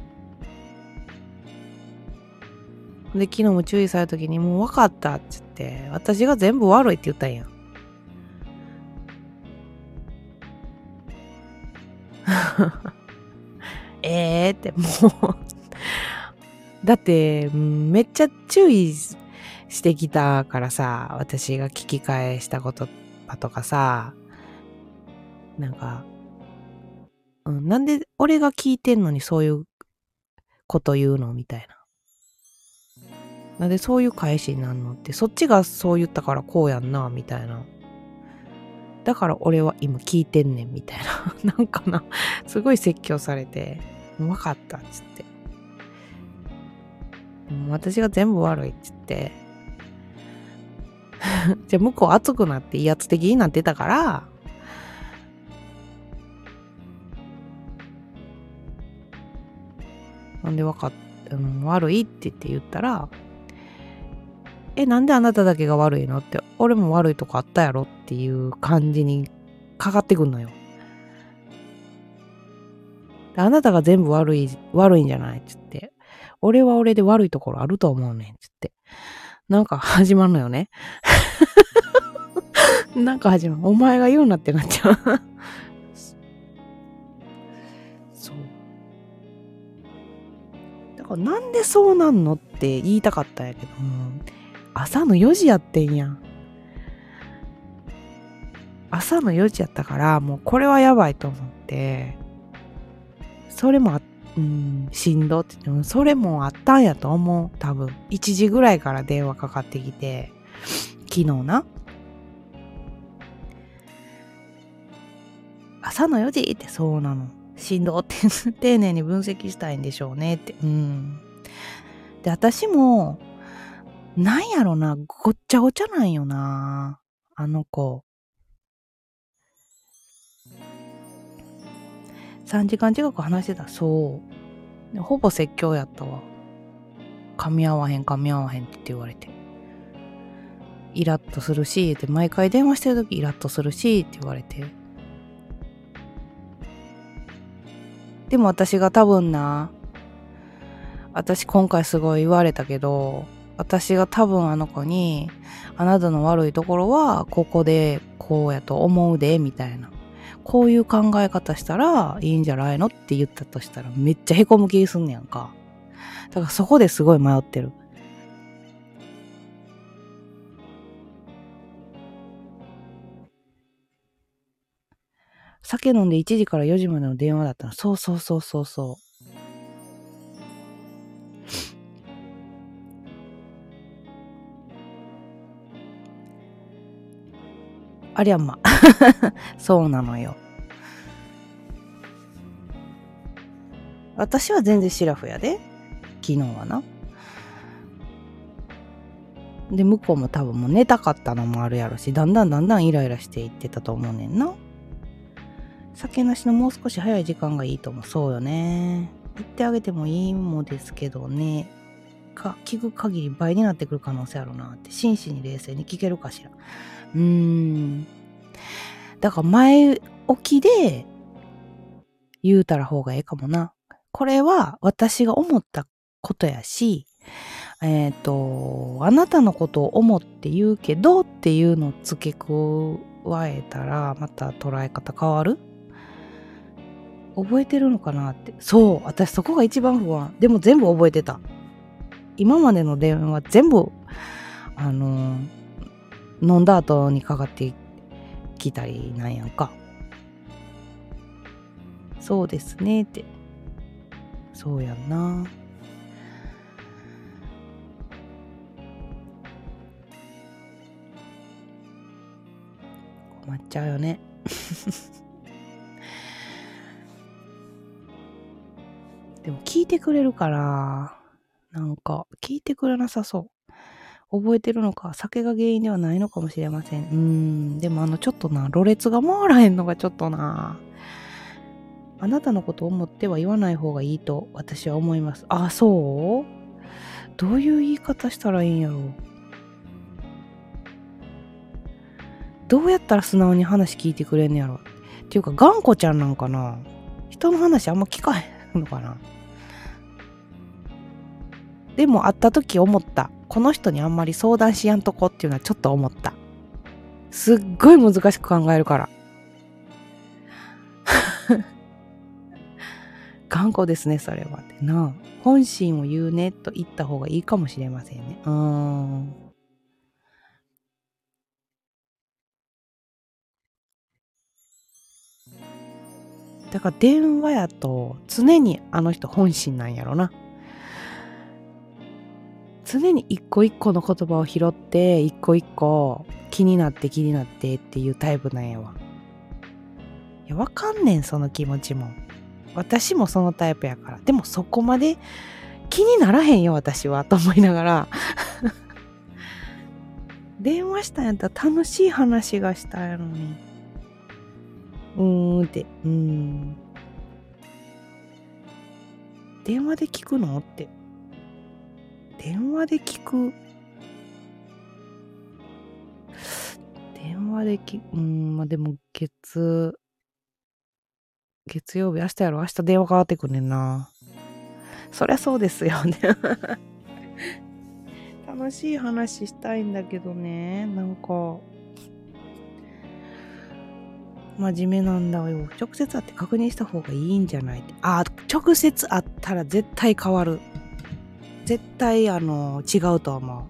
ぁ。で、昨日も注意された時にもう分かったっつって、私が全部悪いって言ったんや。えーってもうだって、めっちゃ注意してきたからさ、私が聞き返したこととかさ、なんか、うん、なんで俺が聞いてんのにそういうこと言うのみたいな。なんでそういう返しになんのって、そっちがそう言ったからこうやんな、みたいな。だから俺は今聞いてんねん、みたいな。なんかな、すごい説教されて、分かったっつって。私が全部悪いっつって。じゃあ向こう熱くなって威圧的になってたから、なんで分かっ、うん、悪いって言って言ったら、え、なんであなただけが悪いのって、俺も悪いとこあったやろっていう感じにかかってくんのよ。あなたが全部悪い、悪いんじゃないっつって。俺は俺で悪いところあると思うねんっつって。なんか始まるのよね。なんか始まる。お前が言うなってなっちゃう。そう。だからなんでそうなんのって言いたかったんやけど、うん、朝のよじやってんやん。朝のよじやったから、もうこれはやばいと思って、それもあ、うん、しんどって言っても、それもあったんやと思う。多分。いちじぐらいから電話かかってきて、昨日な。朝のよじってそうなの。しんどって丁寧に分析したいんでしょうねって。うん。で、私も、なんやろな、ごっちゃごちゃなんよな。あの子。さんじかん近く話してた。そう。ほぼ説教やったわ。噛み合わへん噛み合わへんって言われて。 イラッとするしって毎回電話してる時イラッとするしって言われて、でも私が多分な、私今回すごい言われたけど、私が多分あの子にあなたの悪いところはここでこうやと思うでみたいな、こういう考え方したらいいんじゃないのって言ったとしたらめっちゃへこむ気すんねやんか。だからそこですごい迷ってる。酒飲んでいちじからよじまでの電話だったの。そうそうそうそうそう。ありゃま。そうなのよ。私は全然シラフやで。昨日はな。で、向こうも多分もう寝たかったのもあるやろし、だんだんだんだんイライラしていってたと思うねんな。酒なしのもう少し早い時間がいいと思う。そうよね。言ってあげてもいいもですけどね。か、聞く限り倍になってくる可能性あるなって。真摯に冷静に聞けるかしら。うーん。だから前置きで言うたら方がええかもな。これは私が思ったことやし、えっと、あなたのことを思って言うけどっていうのを付け加えたらまた捉え方変わる？覚えてるのかなって。そう、私そこが一番不安。でも全部覚えてた。今までの電話全部、あのー、飲んだ後にかかってきたりなんやんか。そうですねって。そうやんな。困っちゃうよね。でも聞いてくれるから、なんか聞いてくれなさそう。覚えてるのか、酒が原因ではないのかもしれません。うーん、でもあのちょっとな、ろれつが回らへんのがちょっとな。あなたのことを思っては言わない方がいいと私は思います。あ、そう？どういう言い方したらいいんやろう。どうやったら素直に話聞いてくれんねやろ。っていうか頑固ちゃんなんかな。人の話あんま聞かへんのかな。でも会った時思った。この人にあんまり相談しやんとこっていうのはちょっと思った。すっごい難しく考えるから。頑固ですね、それは。ってな。本心を言うねと言った方がいいかもしれませんね。うーん。だから電話やと常にあの人本心なんやろな。常に一個一個の言葉を拾って一個一個気になって気になってっていうタイプなんやわ。いや、わかんねん、その気持ちも。私もそのタイプやから。でもそこまで気にならへんよ、私は。と思いながら。電話したんやったら楽しい話がしたやのに。うーんって。うーん。電話で聞くのって。電話で聞く。電話で聞く。うーん、まあ、でも月、月曜日、明日やろ、明日電話変わってくんねんな。そりゃそうですよね。楽しい話したいんだけどね、なんか、真面目なんだよ。直接会って確認した方がいいんじゃないって。あ、直接会ったら絶対変わる。絶対、あの、違うと思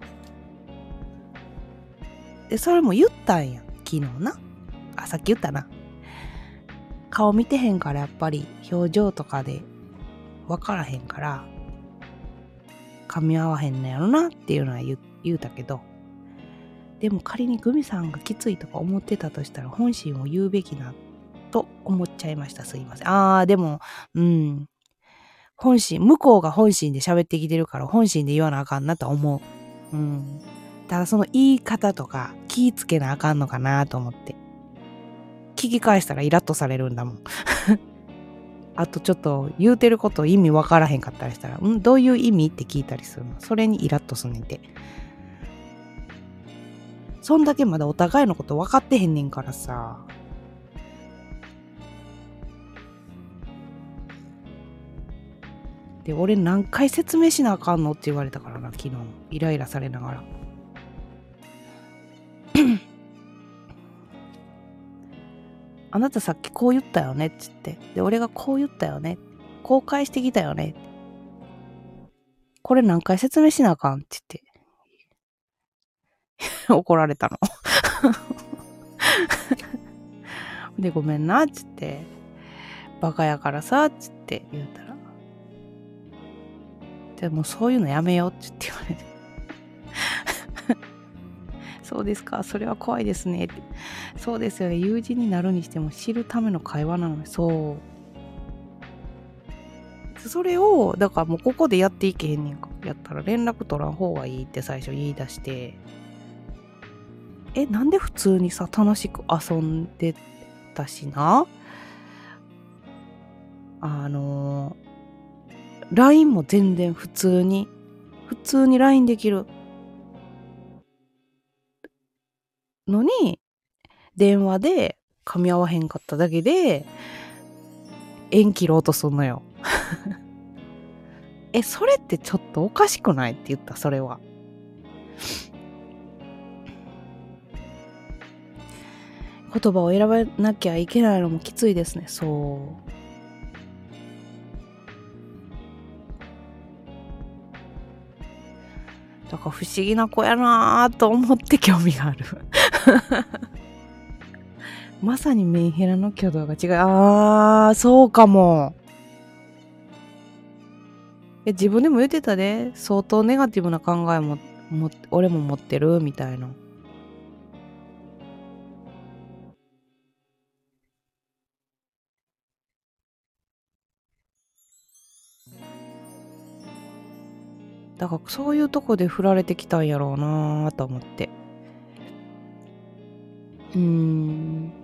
う。で、それも言ったんや。昨日な。あ、さっき言ったな。顔見てへんからやっぱり表情とかで分からへんから噛み合わへんのやろなっていうのは 言, 言うたけど、でも仮にグミさんがきついとか思ってたとしたら本心を言うべきなと思っちゃいました。すいません。あーでもうん本心、向こうが本心で喋ってきてるから本心で言わなあかんなと思う。うんただその言い方とか気ぃつけなあかんのかなと思って、聞き返したらイラッとされるんだもん。あとちょっと言うてること意味わからへんかったりしたら、んどういう意味って聞いたりするの。それにイラッとすんねんて。 そんだけまだお互いのこと分かってへんねんからさ。で、俺何回説明しなあかんのって言われたからな、昨日。イライラされながら。あなたさっきこう言ったよねっつって。で、俺がこう言ったよね。こう返してきたよね。これ何回説明しなあかんって言って怒られたの。で、ごめんなっつって。バカやからさっつって言うたら。でもそういうのやめようっつって言われて。そうですか、それは怖いですねって。そうですよね、友人になるにしても知るための会話なのに、そう。それを、だからもうここでやっていけへんねんか。やったら連絡取らん方がいいって最初言い出して。え、なんで普通にさ、楽しく遊んでたしな。あの、ライン も全然普通に、普通に ライン できる。のに、電話で噛み合わへんかっただけで、縁切ろうとすんのよ。え、それってちょっとおかしくないって言った、それは。言葉を選ばなきゃいけないのもきついですね。そう。だから不思議な子やなぁと思って興味がある。まさにメンヘラの挙動が違う。あー、そうかも。え、自分でも言ってたで、相当ネガティブな考えも、も俺も持ってるみたいな。だからそういうとこで振られてきたんやろうなと思って。うーん。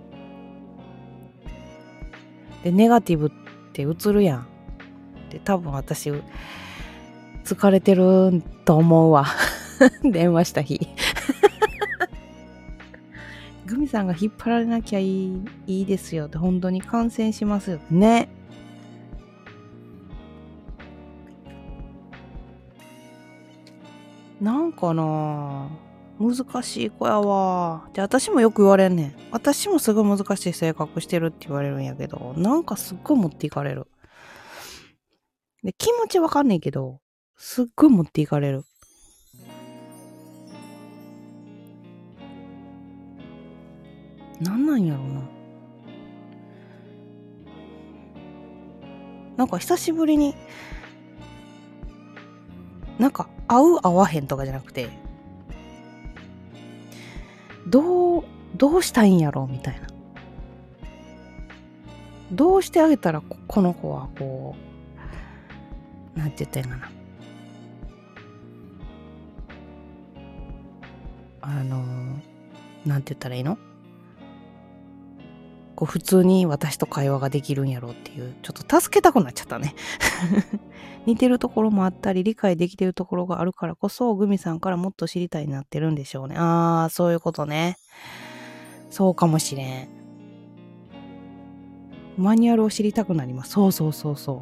で、ネガティブって映るやん。で、多分私、疲れてると思うわ。電話した日。グミさんが引っ張られなきゃいい、いいですよって、本当に感染しますよね。なんかな難しい子やわ。で、私もよく言われんねん。私もすごい難しい性格してるって言われるんやけど、なんかすっごい持っていかれる。で、気持ちわかんねんけど、すっごい持っていかれる。なんなんやろな。なんか久しぶりに、なんか合う合わへんとかじゃなくて、どう、どうしたいんやろみたいな。どうしてあげたらこ、この子はこう、なんて言ったらいいかな。あの、なんて言ったらいいの？こう普通に私と会話ができるんやろうっていう、ちょっと助けたくなっちゃったね。似てるところもあったり、理解できてるところがあるからこそ、グミさんからもっと知りたいになってるんでしょうね。あー、そういうことね。そうかもしれん。マニュアルを知りたくなります。そうそうそうそう。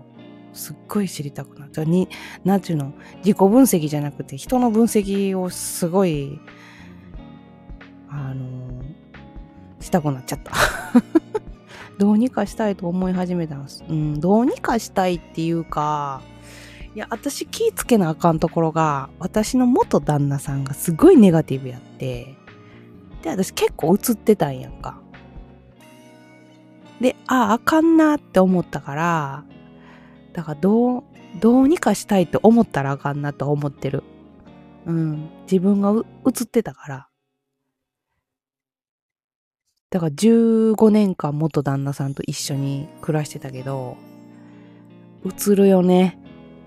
すっごい知りたくなった。に、なんていうの、自己分析じゃなくて、人の分析をすごい、あのー、したくなっちゃった。どうにかしたいと思い始めたんです。うん、どうにかしたいっていうか、いや、私気ぃつけなあかんところが、私の元旦那さんがすごいネガティブやって、で、私結構映ってたんやんか。で、ああ、あかんなって思ったから、だからどう、どうにかしたいって思ったらあかんなと思ってる。うん。自分が映ってたから。だからじゅうごねんかん元旦那さんと一緒に暮らしてたけど、映るよね。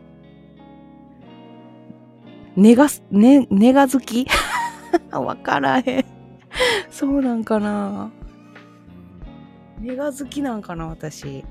ネガす、ね、ネガ好きわからへん。そうなんかな。ネガ好きなんかな、私。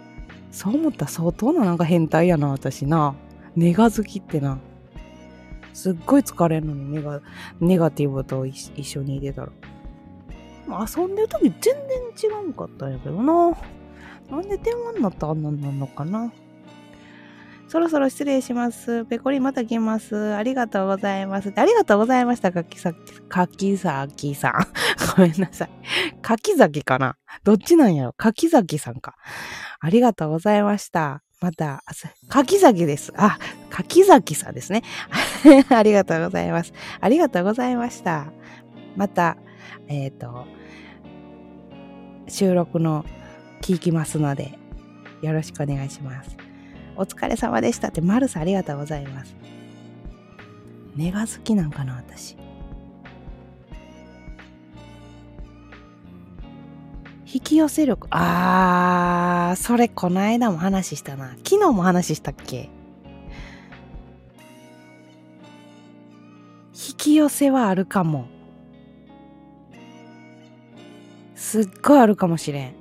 そう思ったら相当ななんか変態やな、私な。ネガ好きってな。 すっごい疲れんのにネガ、ネガティブと一緒にいてたら。遊んでる時全然違うかったんやけどな。なんで電話になったらあんなになるのかな。そろそろ失礼します。ペコリンまた来ます。ありがとうございます。ありがとうございました。かきさき、かきさきさん。ごめんなさい。かきざきかな。どっちなんやろ。かきざきさんか。ありがとうございました。また、かきざきです。あ、かきざきさんですね。ありがとうございます。ありがとうございました。また、えっと、収録の聞きますので、よろしくお願いします。お疲れ様でしたって、マルさんありがとうございます。ネガ好きなんかな、私。引き寄せ力。あー、それこの間も話したな。昨日も話したっけ？引き寄せはあるかも。すっごいあるかもしれん。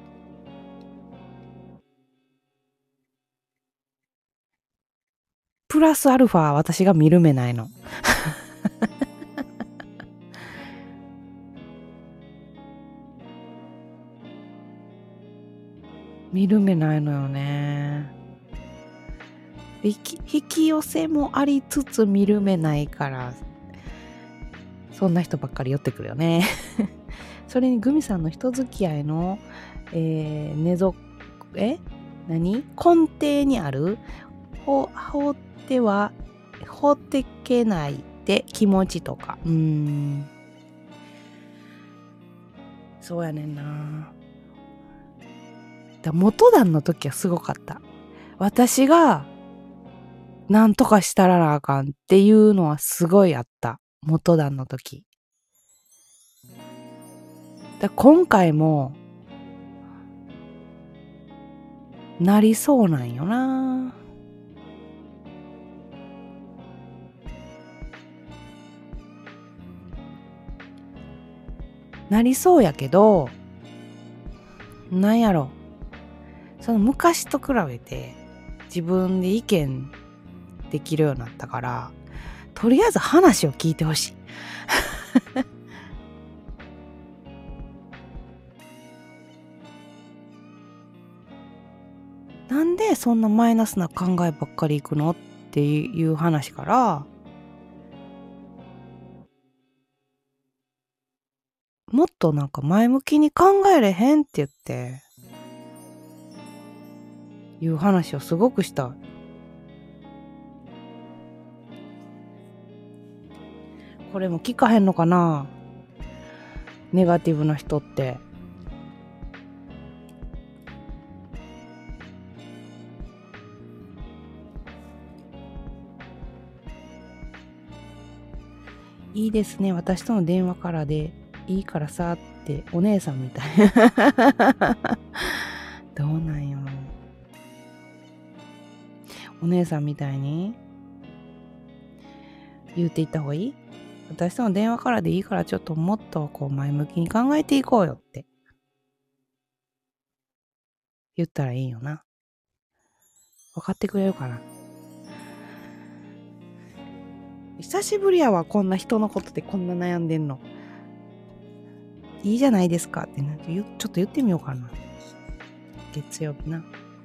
プラスアルファ私が見る目ないの。見る目ないのよね。引き、引き寄せもありつつ見る目ないから、そんな人ばっかり寄ってくるよね。それにグミさんの人付き合いの、えー、根ぞ、え何根底にあるほ、放っては、放ってけないって気持ちとか。うーん。そうやねんな。だ元旦の時はすごかった。私が何とかしたらなあかんっていうのはすごいあった。元旦の時。だ今回もなりそうなんよな。なりそうやけど、なんやろ。その昔と比べて自分で意見できるようになったから、とりあえず話を聞いてほしい。なんでそんなマイナスな考えばっかりいくのっていう話から、もっとなんか前向きに考えれへんって言っていう話をすごくした。これも聞かへんのかな、ネガティブな人って。いいですね、私との電話からでいいからさってお姉さんみたい。どうなんよ。お姉さんみたいに言っていった方がいい？私との電話からでいいからちょっともっとこう前向きに考えていこうよって言ったらいいよな。分かってくれるかな。久しぶりやわ、こんな人のことでこんな悩んでんの。いいじゃないですかってなってちょっと言ってみようかな。月曜日な。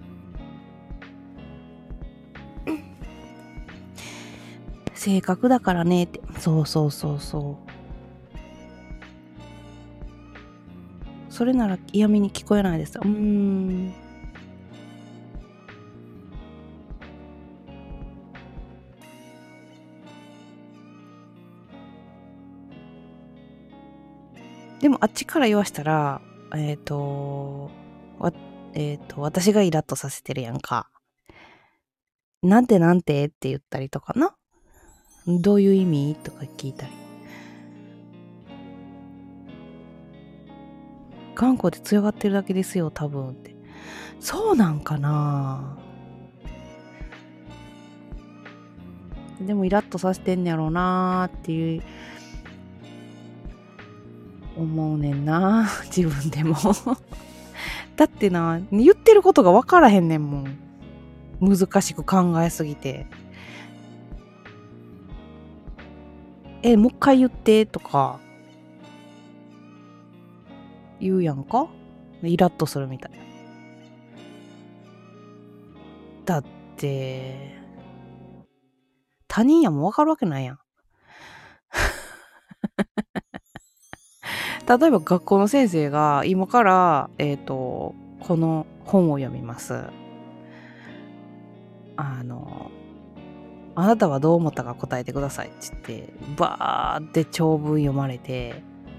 性格だからねって。そうそうそうそう。それなら嫌味に聞こえないです。うーん。でもあっちから言わしたら、えっと、わ、えっと、私がイラッとさせてるやんか。なんてなんてって言ったりとかな。どういう意味とか聞いたり。頑固で強がってるだけですよ、多分って。そうなんかな。でもイラッとさせてんねやろうなーっていう思うねんな、自分でも。だってな、言ってることが分からへんねんもん。難しく考えすぎて。 え、もう一回言ってとか言うやんか。イラッとするみたい。だって他人やも分かるわけないやん。例えば学校の先生が今からえっとこの本を読みます。あのあなたはどう思ったか答えてくださいって言ってバーって長文読まれて、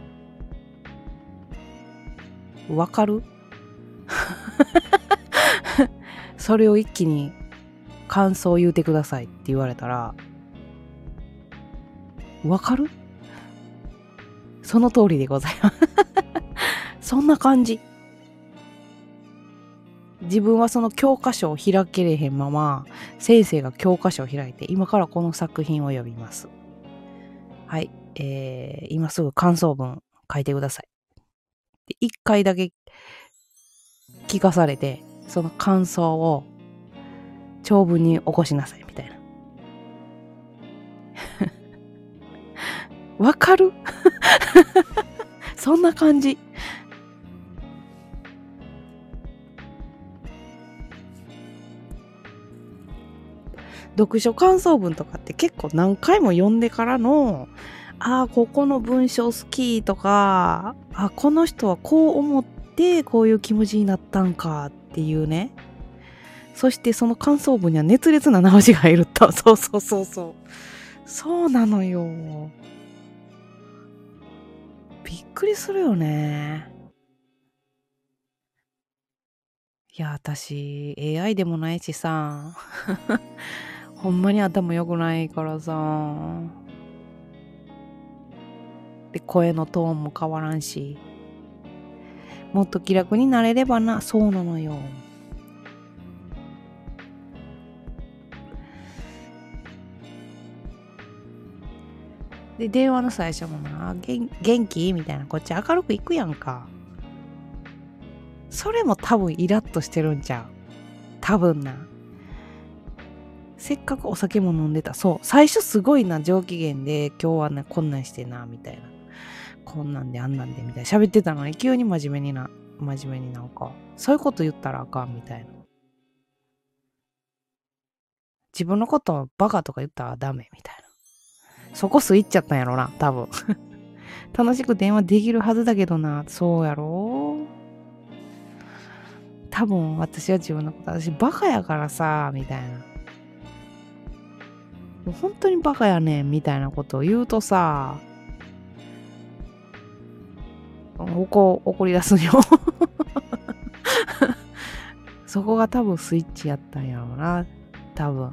わかる？それを一気に感想を言うてくださいって言われたら、わかる？その通りでございます。そんな感じ。自分はその教科書を開けれへんまま、先生が教科書を開いて、今からこの作品を読みます。はい、えー、今すぐ感想文書いてください。一回だけ聞かされて、その感想を長文に起こしなさいみたいな。わかる？そんな感じ。読書感想文とかって結構何回も読んでからの、ああ、ここの文章好きとか、あ、この人はこう思ってこういう気持ちになったんかっていうね。そしてその感想文には熱烈な直しがいると。そうそうそうそう。そうなのよ。びっくりするよね。いや、私、エーアイ でもないしさ。ほんまに頭良くないからさ。で、声のトーンも変わらんし。もっと気楽になれればな。そうなのよ。で、電話の最初もな、元元気みたいな、こっち明るくいくやんか。それも多分イラッとしてるんちゃう。多分な。せっかくお酒も飲んでた。そう。最初すごいな、上機嫌で、今日はね、こんなんしてな、みたいな。こんなんであんなんで、みたいな。喋ってたのに、急に真面目にな、真面目になんか、そういうこと言ったらあかん、みたいな。自分のことをバカとか言ったらダメ、みたいな。そこスイッちゃったんやろな、多分。楽しく電話できるはずだけどな、そうやろ？多分私は自分のこと、私バカやからさ、みたいな。もう本当にバカやねん、みたいなことを言うとさ、怒、怒り出すんよ。そこが多分スイッチやったんやろうな、多分。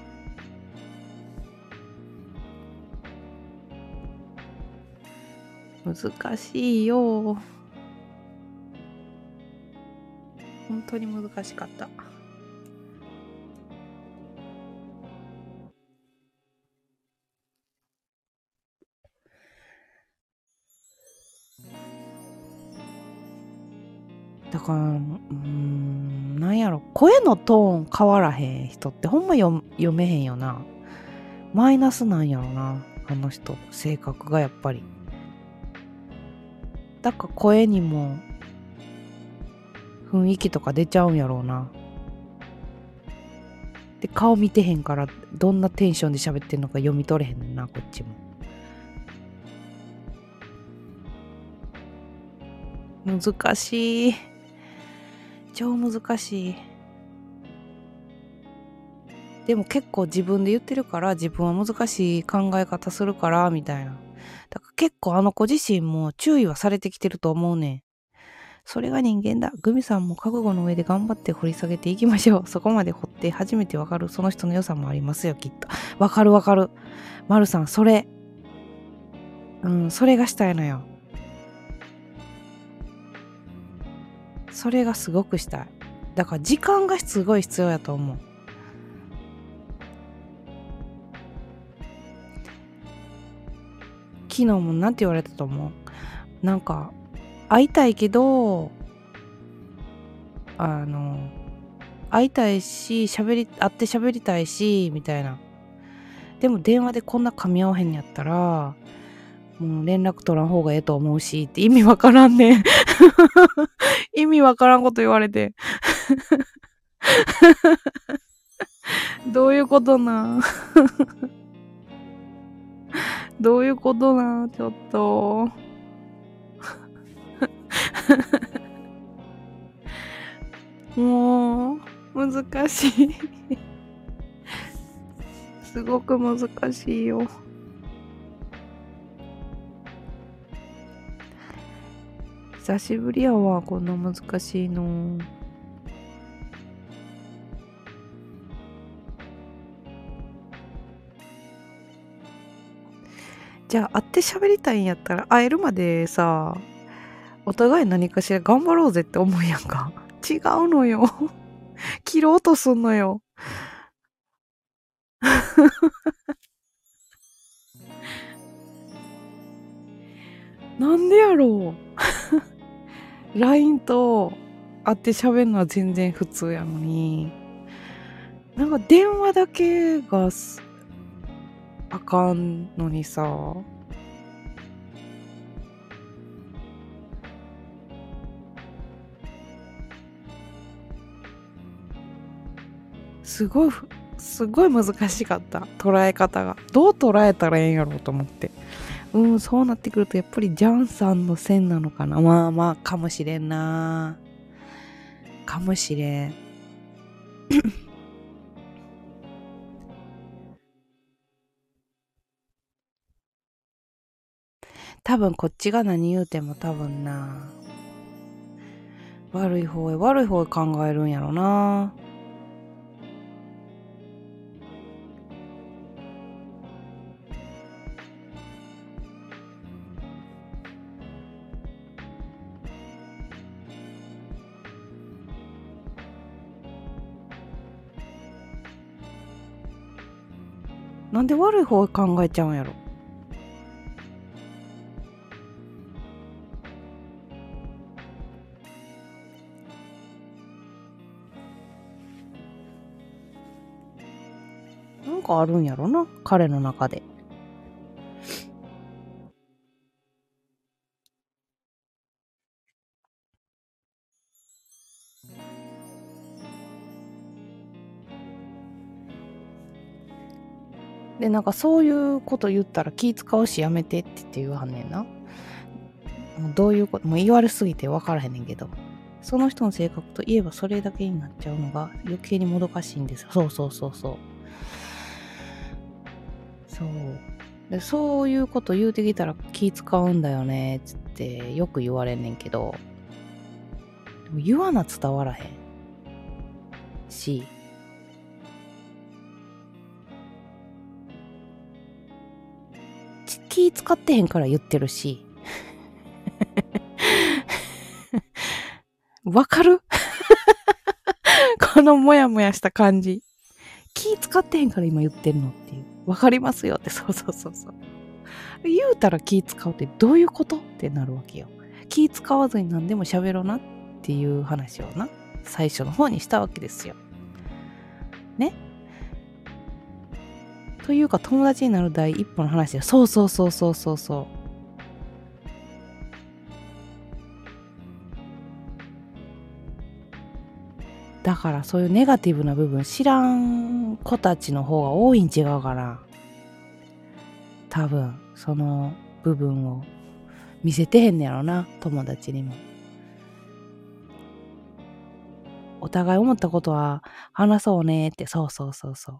難しいよ。本当に難しかった。だから、うーん、なんやろ、声のトーン変わらへん人ってほんま読読めへんよな。マイナスなんやろな、あの人、性格がやっぱり。だから声にも雰囲気とか出ちゃうんやろうな。で、顔見てへんからどんなテンションで喋ってんのか読み取れへんねんな、こっちも。難しい。超難しい。でも結構自分で言ってるから、自分は難しい考え方するからみたいな。だから結構あの子自身も注意はされてきてると思うねん。それが人間だ。グミさんも覚悟の上で頑張って掘り下げていきましょう。そこまで掘って初めてわかるその人の良さもありますよ、きっと。わかるわかる。まるさん、それ。うん、それがしたいのよ。それがすごくしたい。だから時間がすごい必要やと思う。昨日もなんて言われたと思う？なんか会いたいけど、あの会いたいし喋り会って喋りたいしみたいな。でも電話でこんな噛み合わへんやったらもう連絡取らん方がええと思うしって意味わからんねん。意味わからんこと言われて。どういうことなんどういうことなんちょっと。もう、難しい。すごく難しいよ。久しぶりやわ、こんな難しいの。じゃあ会って喋りたいんやったら会えるまでさ、お互い何かしら頑張ろうぜって思うやんか。違うのよ。切ろうとすんのよ。なんでやろう。ライン と会って喋るのは全然普通やのに、なんか電話だけがすあかんのにさ、すごいふ、すごい難しかった。捉え方が。どう捉えたらええんやろうと思って。うん、そうなってくるとやっぱりジャンさんの線なのかな。まあまあ、かもしれんな。かもしれん。多分こっちが何言うても多分な。悪い方へ悪い方へ考えるんやろな。なんで悪い方へ考えちゃうんやろ。なんかあるんやろな、彼の中で。で、なんかそういうこと言ったら気使うしやめてって言って言わはんねんな。もうどういうこと、もう言われすぎて分からへんねんけど。その人の性格といえばそれだけになっちゃうのが余計にもどかしいんですよ。そうそうそうそう。そう。で、そういうこと言うてきたら気使うんだよね、つってよく言われんねんけど、でも言わな伝わらへんし、気使ってへんから言ってるし、わかるこのモヤモヤした感じ。気使ってへんから今言ってんのっていう。わかりますよって、そうそうそうそう。言うたら気使うってどういうことってなるわけよ。気使わずに何でも喋ろうなっていう話をな、最初の方にしたわけですよ。ね。というか友達になる第一歩の話で、そうそうそうそうそうそう。だからそういうネガティブな部分知らん子たちの方が多いん違うかな。多分その部分を見せてへんねやろな、友達にも。お互い思ったことは話そうねって、そうそうそうそう。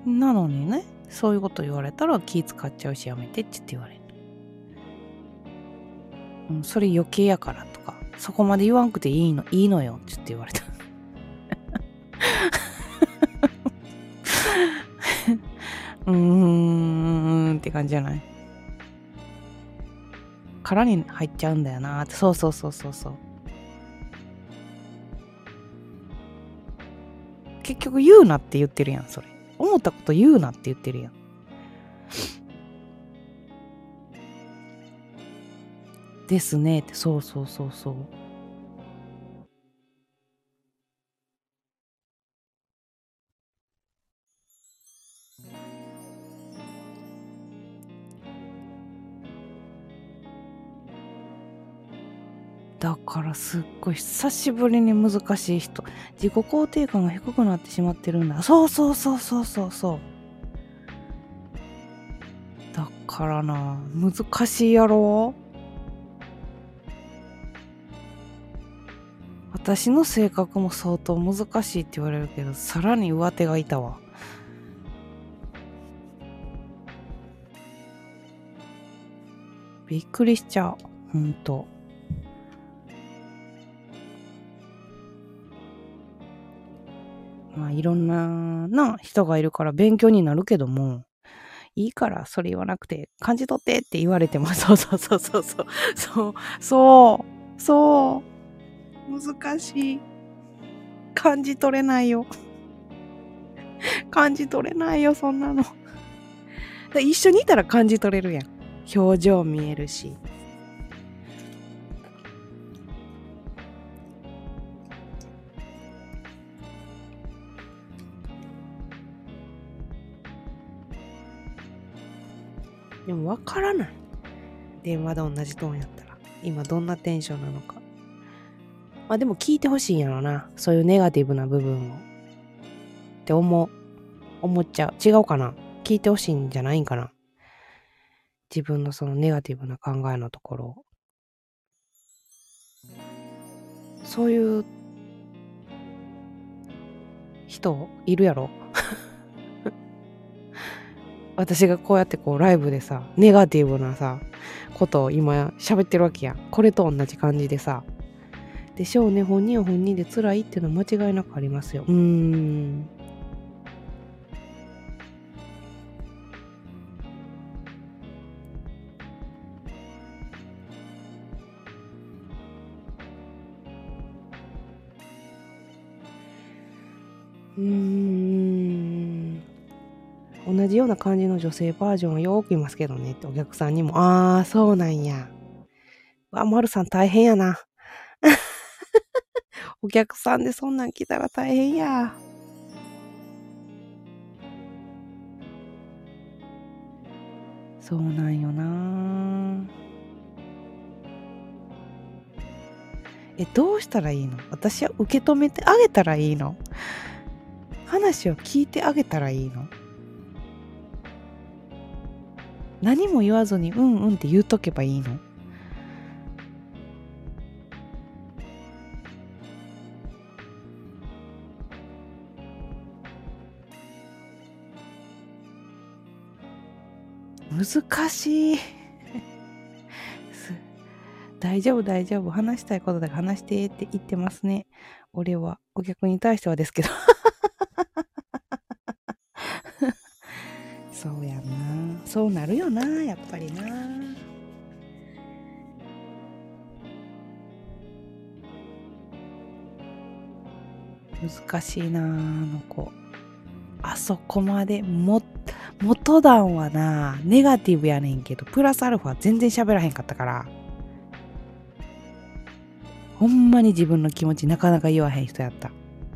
なのにね、そういうこと言われたら気使っちゃうしやめてって言って言われる。うん、それ余計やからとか、そこまで言わんくていいの、いいのよって言われた。うーんって感じじゃない？殻に入っちゃうんだよなーって、そうそうそうそうそう。結局言うなって言ってるやん、それ。思ったこと言うなって言ってるやん。ですねって、そうそうそうそう。 だからすっごい久しぶりに難しい人、自己肯定感が低くなってしまってるんだ。そうそうそうそうそうそう。だからな、難しいやろ。私の性格も相当難しいって言われるけど、さらに上手がいたわ。びっくりしちゃう。ほんと。まあいろんなな人がいるから勉強になるけども、いいからそれ言わなくて感じ取ってって言われても、そうそうそうそうそうそうそうそう難しい。感じ取れないよ。感じ取れないよそんなの。一緒にいたら感じ取れるやん。表情見えるし。でもわからない。電話で同じトーンやったら今どんなテンションなのか。まあでも聞いてほしいんやろな。そういうネガティブな部分を。って思う。思っちゃう。違うかな。聞いてほしいんじゃないんかな。自分のそのネガティブな考えのところを。そういう人いるやろ。私がこうやってこうライブでさ、ネガティブなさ、ことを今喋ってるわけやん。これと同じ感じでさ。でしょうね、本人は本人で辛いっていうのは間違いなくありますよ。うーん。うーん。同じような感じの女性バージョンはよくいますけどねってお客さんにも、ああ、そうなんや。わ、まるさん大変やな。お客さんでそんなん来たら大変や。そうなんよな。え、どうしたらいいの？私は受け止めてあげたらいいの？話を聞いてあげたらいいの？何も言わずにうんうんって言うとけばいいの？難しい。大丈夫大丈夫。話したいことだから話してって言ってますね。俺は。お客に対してはですけど。そうやな。そうなるよな、やっぱりな。難しいな、あの子。あそこまでも元段はなネガティブやねんけどプラスアルファ全然喋らへんかったからほんまに自分の気持ちなかなか言わへん人やった。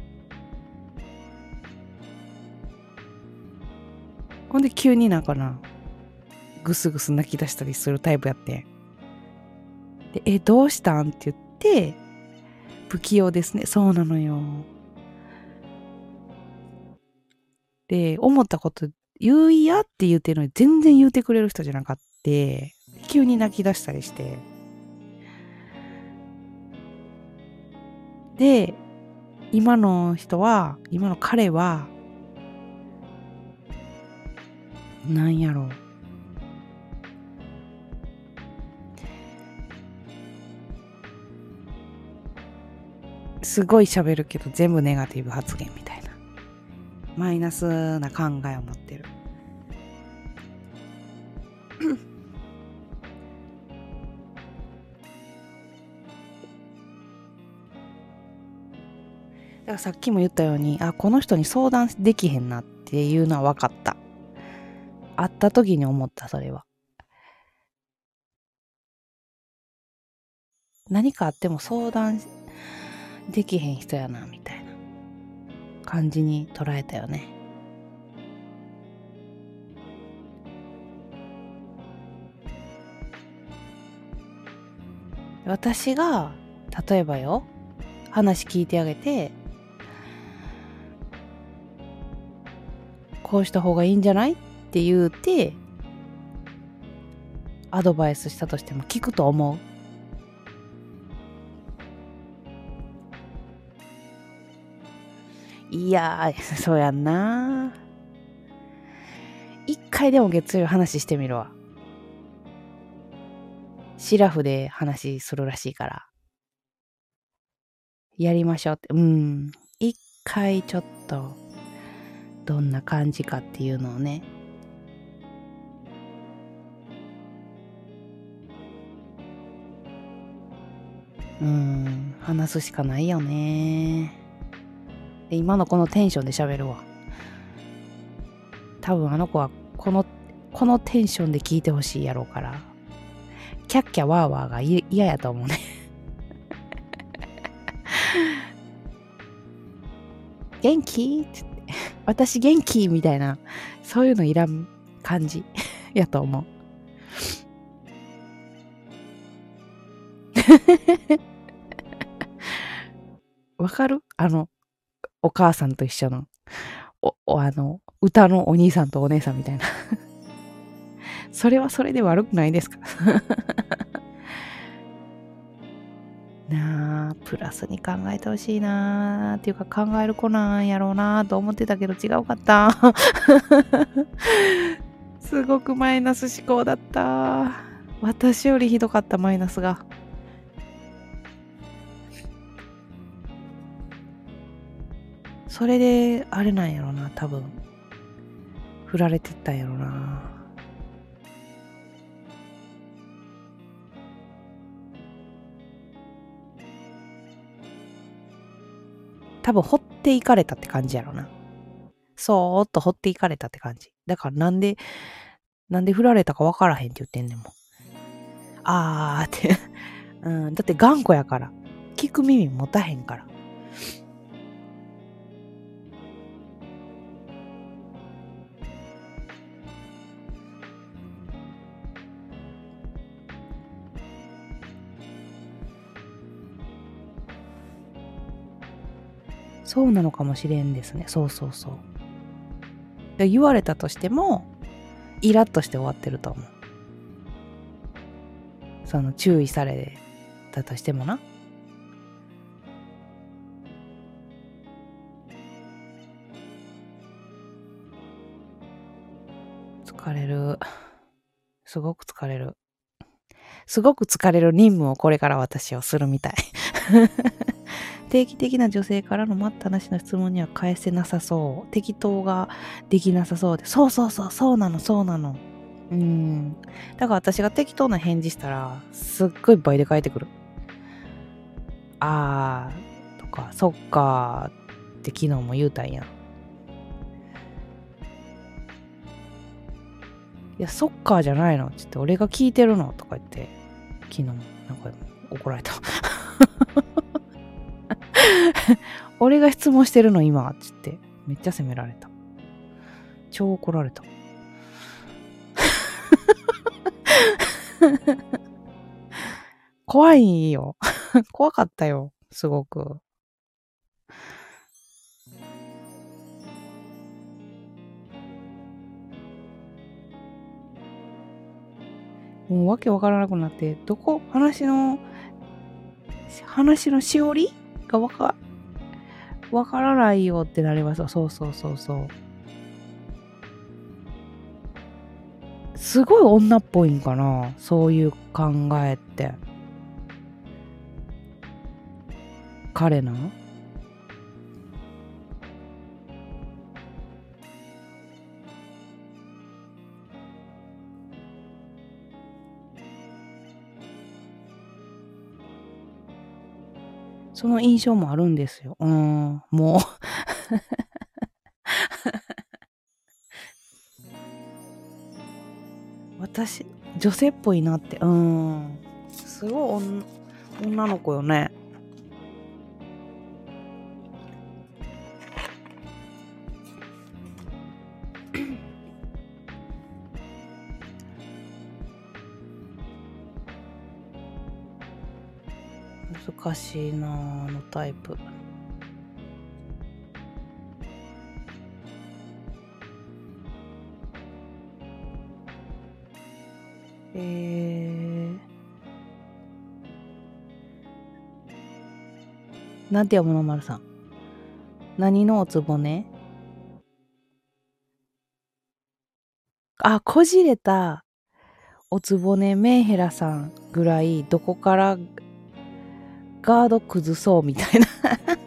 ほんで急になんかなグスグス泣き出したりするタイプやってでえどうしたんって言って不器用ですね。そうなのよ。で思ったこと言いやって言ってるのに全然言うてくれる人じゃなかって急に泣き出したりしてで今の人は今の彼はなんやろうすごい喋るけど全部ネガティブ発言みたいなマイナスな考えを持ってるだからさっきも言ったようにあこの人に相談できへんなっていうのは分かった。会った時に思ったそれは何かあっても相談できへん人やなみたいな感じに捉えたよね。私が例えばよ、話聞いてあげて、こうした方がいいんじゃないって言うて、アドバイスしたとしても聞くと思う。いやー、そうやんな。一回でも月曜日話してみるわ。シラフで話するらしいから。やりましょうって。うん。一回ちょっと、どんな感じかっていうのをね。うん。話すしかないよね。で、今のこのテンションで喋るわ。多分あの子はこの、このテンションで聞いてほしいやろうから。キャッキャワーワーが嫌やと思うね。元気って言って、私元気みたいな、そういうのいらん感じやと思う。わかる？あの、お母さんと一緒の、お、おあの、歌のお兄さんとお姉さんみたいな。それはそれで悪くないですか？なあ、プラスに考えてほしいなーっていうか考える子なんやろうなーと思ってたけど違うかった。すごくマイナス思考だった。私よりひどかったマイナスが。それであれなんやろうな、多分。振られてったんやろうな。多分掘っていかれたって感じやろな。そーっと掘っていかれたって感じ。だからなんで、なんで振られたかわからへんって言ってんねんもん。あーって。うん、だって頑固やから。聞く耳持たへんから。そうなのかもしれんですね。そうそうそう。で言われたとしても、イラッとして終わってると思う。その注意されたとしてもな。疲れる。すごく疲れる。すごく疲れる任務をこれから私はするみたい。定期的な女性からの待ったなしの質問には返せなさそう。適当ができなさそうで。そうそうそう、そうなの、そうなの。うーん。だから私が適当な返事したら、すっごい倍で返ってくる。あーとか、そっかーって昨日も言うたんや。いや、そっかーじゃないの。つって、俺が聞いてるのとか言って、昨日もなんか怒られた。俺が質問してるの今つってめっちゃ責められた。超怒られた。怖いよ。怖かったよ。すごく。もうわけわからなくなって、どこ話の話のしおりがわかわからないよってなります。そうそうそうそう。すごい女っぽいんかな、そういう考えって。彼なその印象もあるんですよ。うん、もう。私、女性っぽいなって。うん。すごい女の子よね。 難しいなあのタイプ。えー、なんて読むの、丸さん。何のおつぼね？あ、こじれたおつぼねメンヘラさんぐらいどこからガード崩そうみたいな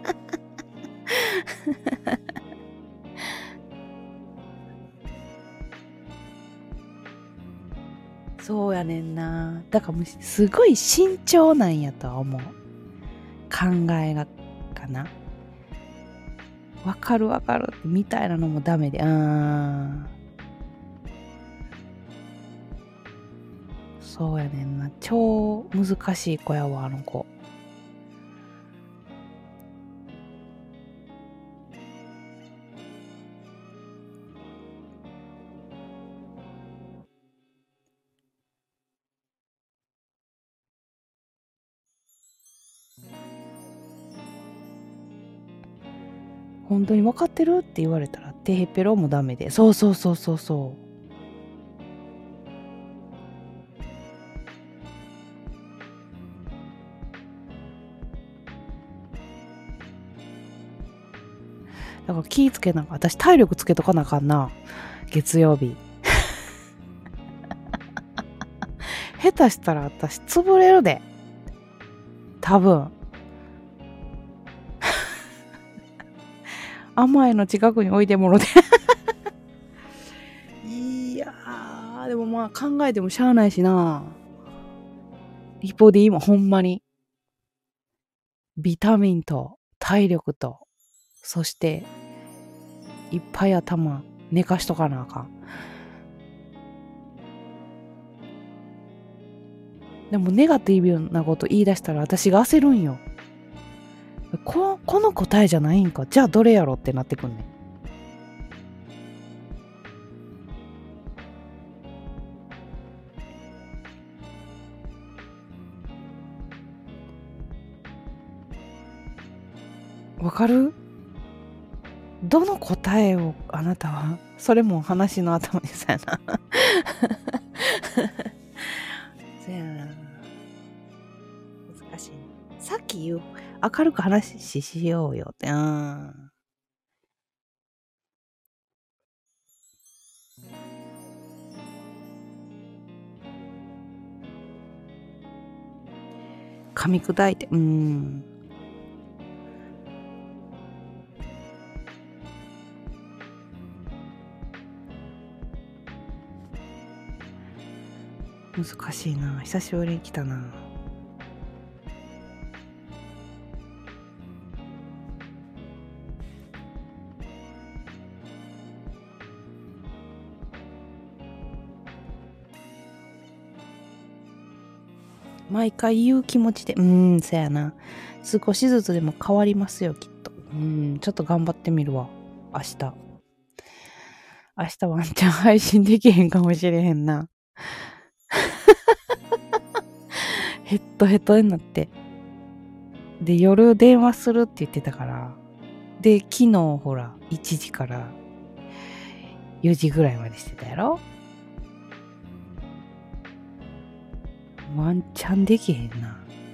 そうやねんな。だからすごい慎重なんやとは思う。考えがかな。わかるわかるみたいなのもダメで、あーそうやねんな。超難しい子やわ、あの子。本当に分かってるって言われたらテヘペロもダメで、そうそうそうそうそう。だから気ぃつけな。私体力つけとかなあかんな。月曜日。下手したら私潰れるで。多分。甘いの近くに置いてもろて。いやー、でもまあ考えてもしゃあないしな。リポディもほんまに。ビタミンと体力と、そしていっぱい頭寝かしとかなあかん。でもネガティブなこと言い出したら私が焦るんよ。ここの答えじゃないんか。じゃあどれやろってなってくんねん。わかる？どの答えをあなたは？それも話の頭にさやな。そやな。難しい。さっき言う、明るく話しようよって。うん。噛み砕いて、うん。難しいな。久しぶりに来たな。毎回言う気持ちで、うーん、そやな。少しずつでも変わりますよ、きっと。うん、ちょっと頑張ってみるわ。明日。明日ワンチャン配信できへんかもしれへんな。ヘッドヘッドになって。で、夜電話するって言ってたから。で、昨日ほら、いちじからよじぐらいまでしてたやろ？ワンチャンできへんな。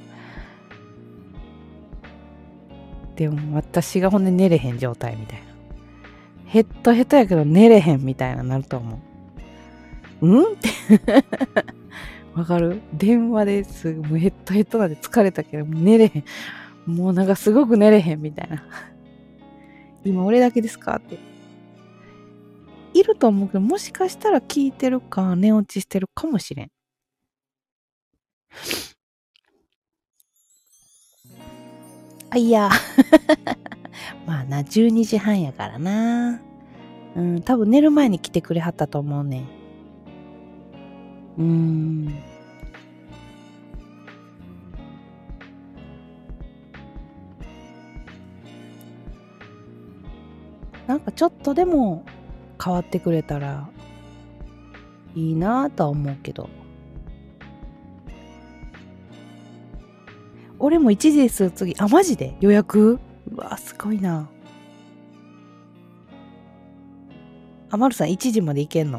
でも私がほんで寝れへん状態みたいな。ヘッドヘッドやけど寝れへんみたいななると思う。うんってわかる？電話ですぐもうヘッドヘッドなんで疲れたけど寝れへん。もうなんかすごく寝れへんみたいな。今俺だけですかって。いると思うけど、もしかしたら聞いてるか寝落ちしてるかもしれん。あ、いや。まあな、じゅうにじはんやからな。うん、多分寝る前に来てくれはったと思うね。うーん。なんかちょっとでも変わってくれたらいいなぁとは思うけど。 俺もいちじですよ次。あ、マジで予約？うわ、すごいな。あ、まるさんいちじまで行けんの？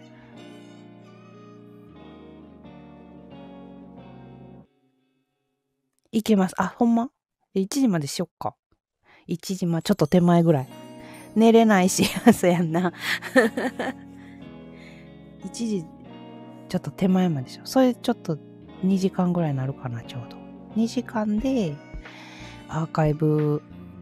行けます。あ、ほんま？いちじまでしよっか。いちじま、ちょっと手前ぐらい。寝れないし、そうやんな。いちじ、ちょっと手前までしょ。それちょっとにじかんぐらいになるかな、ちょうど。にじかんで、アーカイブ、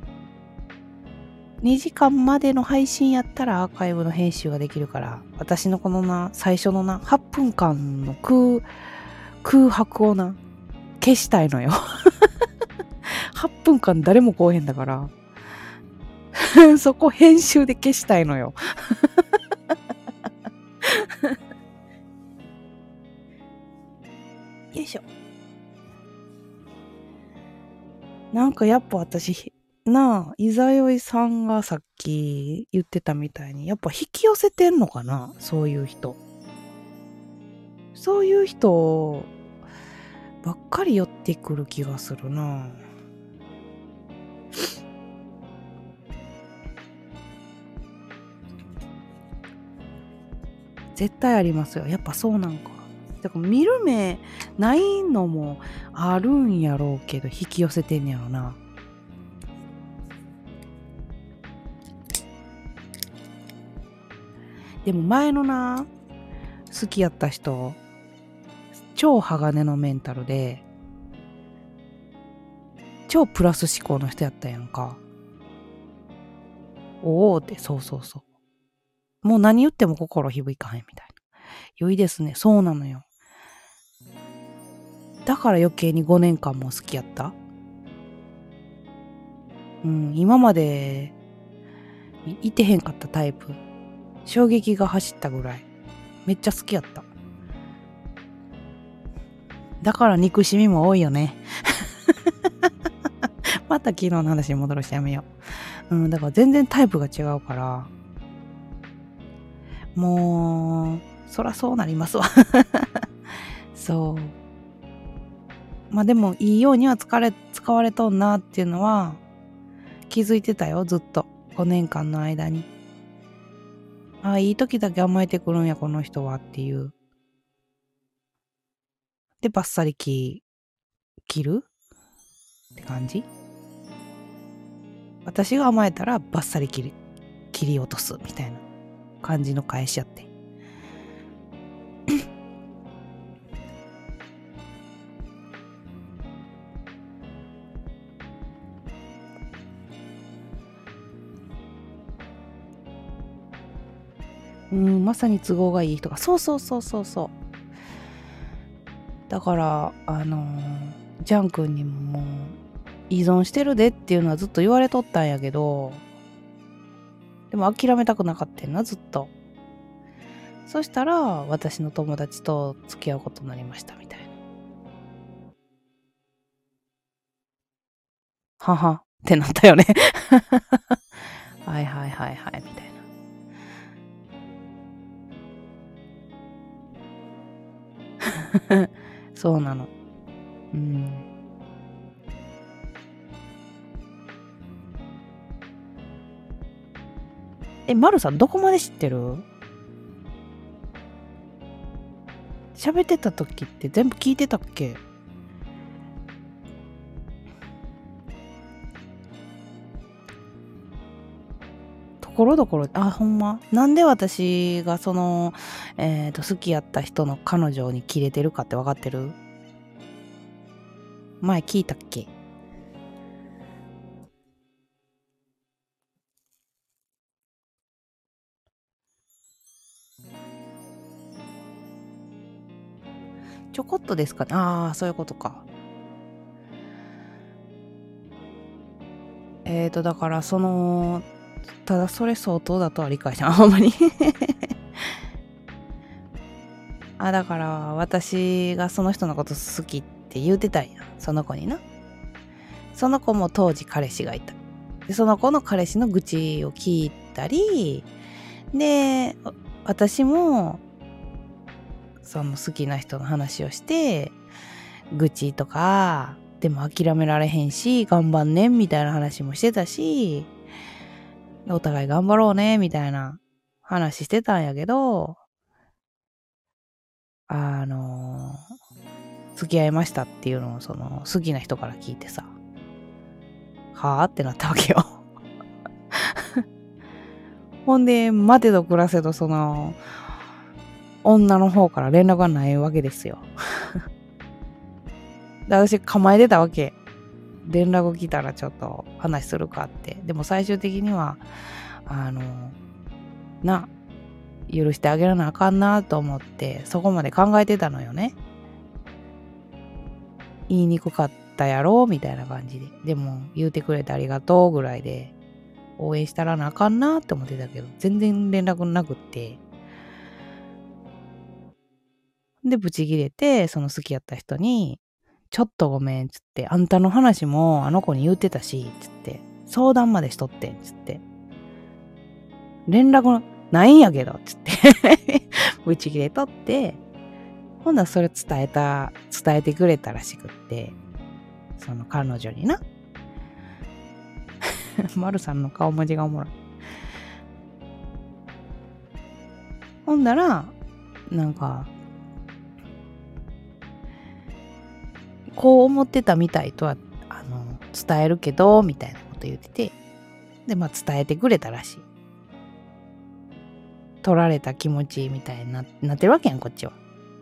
にじかんまでの配信やったらアーカイブの編集ができるから、私のこのな、最初のな、はっぷんかんの空、空白をな、消したいのよ。はっぷんかん誰も来おへんだから、そこ編集で消したいのよ。よいしょ。なんかやっぱ私、なあ、いざよいさんがさっき言ってたみたいに、やっぱ引き寄せてんのかな、そういう人。そういう人ばっかり寄ってくる気がするな。絶対ありますよ。やっぱそうなんか。だから見る目ないのもあるんやろうけど、引き寄せてんねやろな。でも前のな、好きやった人、超鋼のメンタルで、超プラス思考の人やったやんか。おおって、そうそうそう。もう何言っても心響かへんみたいな。良いですね。そうなのよ。だから余計にごねんかんも好きやった。うん、今までいてへんかったタイプ。衝撃が走ったぐらい。めっちゃ好きやった。だから憎しみも多いよね。また昨日の話に戻るしやめよう。うん、だから全然タイプが違うから、もう、そらそうなりますわ。そう。まあでも、いいようには使われ、使われとんなっていうのは、気づいてたよ、ずっと。ごねんかんの間に。ああ、いい時だけ甘えてくるんや、この人はっていう。で、バッサリ切、切るって感じ。私が甘えたらバッサリ切り、切り落とすみたいな感じの返しやって。うん、まさに都合がいい人が、そうそうそうそうそう。だから、あのー、ジャン君にももう、依存してるでっていうのはずっと言われとったんやけど、でも諦めたくなかったんな、ずっと。そしたら、私の友達と付き合うことになりましたみたいな。ははってなったよね。はいはいはいはい、みたいな。そうなの。うん。え、まるさんどこまで知ってる？喋ってた時って全部聞いてたっけ？ところどころ、あ、ほんま。なんで私がその、えっと、好きやった人の彼女にキレてるかって分かってる？前聞いたっけ？ちょこっとですかね。ああ、そういうことか。えーと、だからその、ただそれ相当だとは理解した。ほんまに。あ、だから私がその人のこと好きって言うてたんや。その子にな。その子も当時彼氏がいた。でその子の彼氏の愚痴を聞いたり、で、私もその好きな人の話をして、愚痴とかでも諦められへんし、頑張んねんみたいな話もしてたし、お互い頑張ろうねみたいな話してたんやけど、あのー、付き合いましたっていうのをその好きな人から聞いてさ、はぁってなったわけよ。ほんで、待てど暮らせどその、女の方から連絡がないわけですよ。で、私構えてたわけ。連絡来たらちょっと話するかって。でも最終的には、あの、な、許してあげらなあかんなと思って、そこまで考えてたのよね。言いにくかったやろみたいな感じで。でも、言うてくれてありがとうぐらいで、応援したらなあかんなって思ってたけど、全然連絡なくって。で、ブチ切れて、その好きやった人に、ちょっとごめん、つって、あんたの話もあの子に言ってたし、つって、相談までしとってん、つって、連絡ないんやけど、つって、ブチ切れとって、ほんならそれ伝えた、伝えてくれたらしくって、その彼女にな。マルさんの顔文字がおもろい。ほんなら、なんか、こう思ってたみたいとは、あの、伝えるけど、みたいなこと言ってて、で、まあ伝えてくれたらしい。取られた気持ちみたいに な, なってるわけやん、こっちは。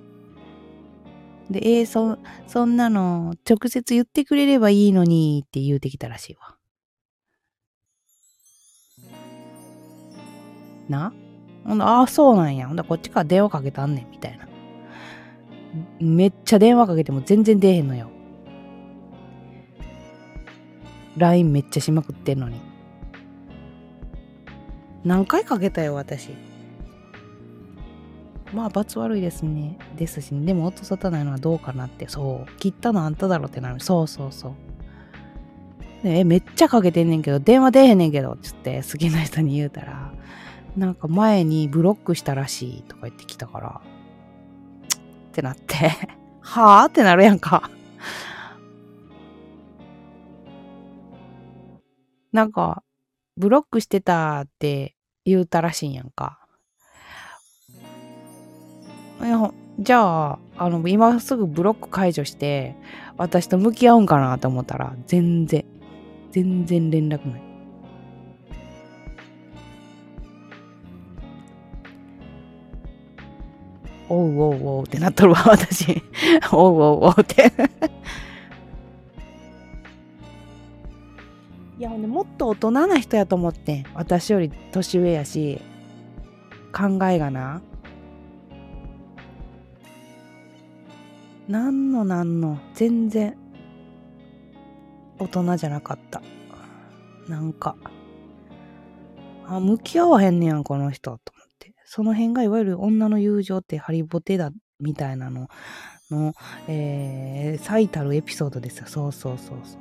で、えー、そ、そんなの、直接言ってくれればいいのに、って言うてきたらしいわ。な？ほんで、ああ、そうなんや。ほんで、こっちから電話かけたんねん、みたいな。めっちゃ電話かけても全然出えへんのよ。ライン めっちゃしまくってんのに。何回かけたよ、私。まあ、罰悪いですね。ですし、ね、でも音沙汰ないのはどうかなって。そう。切ったのあんただろってなる。そうそうそう。で、え、めっちゃかけてんねんけど、電話出えへんねんけど、つって好きな人に言うたら、なんか前にブロックしたらしいとか言ってきたから、ってなって、はぁってなるやんか。なんか、ブロックしてたって言うたらしいんやんか。いや、じゃあ、あの、今すぐブロック解除して、私と向き合うんかなと思ったら、全然、全然連絡ない。おうおうおうってなっとるわ、私。おうおうおうって。いや、ほんで、もっと大人な人やと思ってん。私より年上やし、考えがな。なんのなんの、全然、大人じゃなかった。なんか、あ、向き合わへんねやん、この人、と思って。その辺がいわゆる女の友情ってハリボテだ、みたいなのの、えー、最たるエピソードですよ。そうそうそうそう。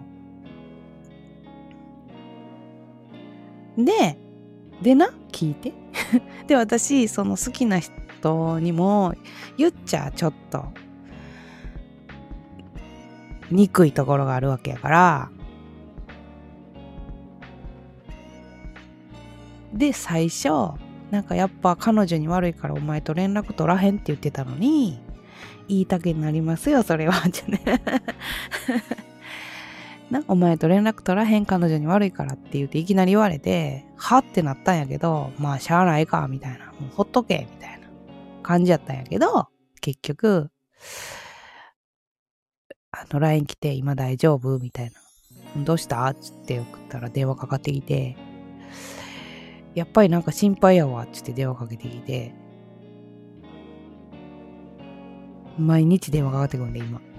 で、でな、聞いて。で、私、その好きな人にも、言っちゃちょっと、憎いところがあるわけやから、で、最初、なんかやっぱ彼女に悪いからお前と連絡取らへんって言ってたのに、言いたくなりますよ、それは。ってね。な、お前と連絡取らへん彼女に悪いからって言っていきなり言われて、はってなったんやけど、まあしゃあないか、みたいな。もうほっとけ、みたいな感じやったんやけど、結局、あの ライン 来て今大丈夫みたいな。どうしたっつって送ったら電話かかってきて、やっぱりなんか心配やわっつって電話かけてきて、毎日電話かかってくるんで今。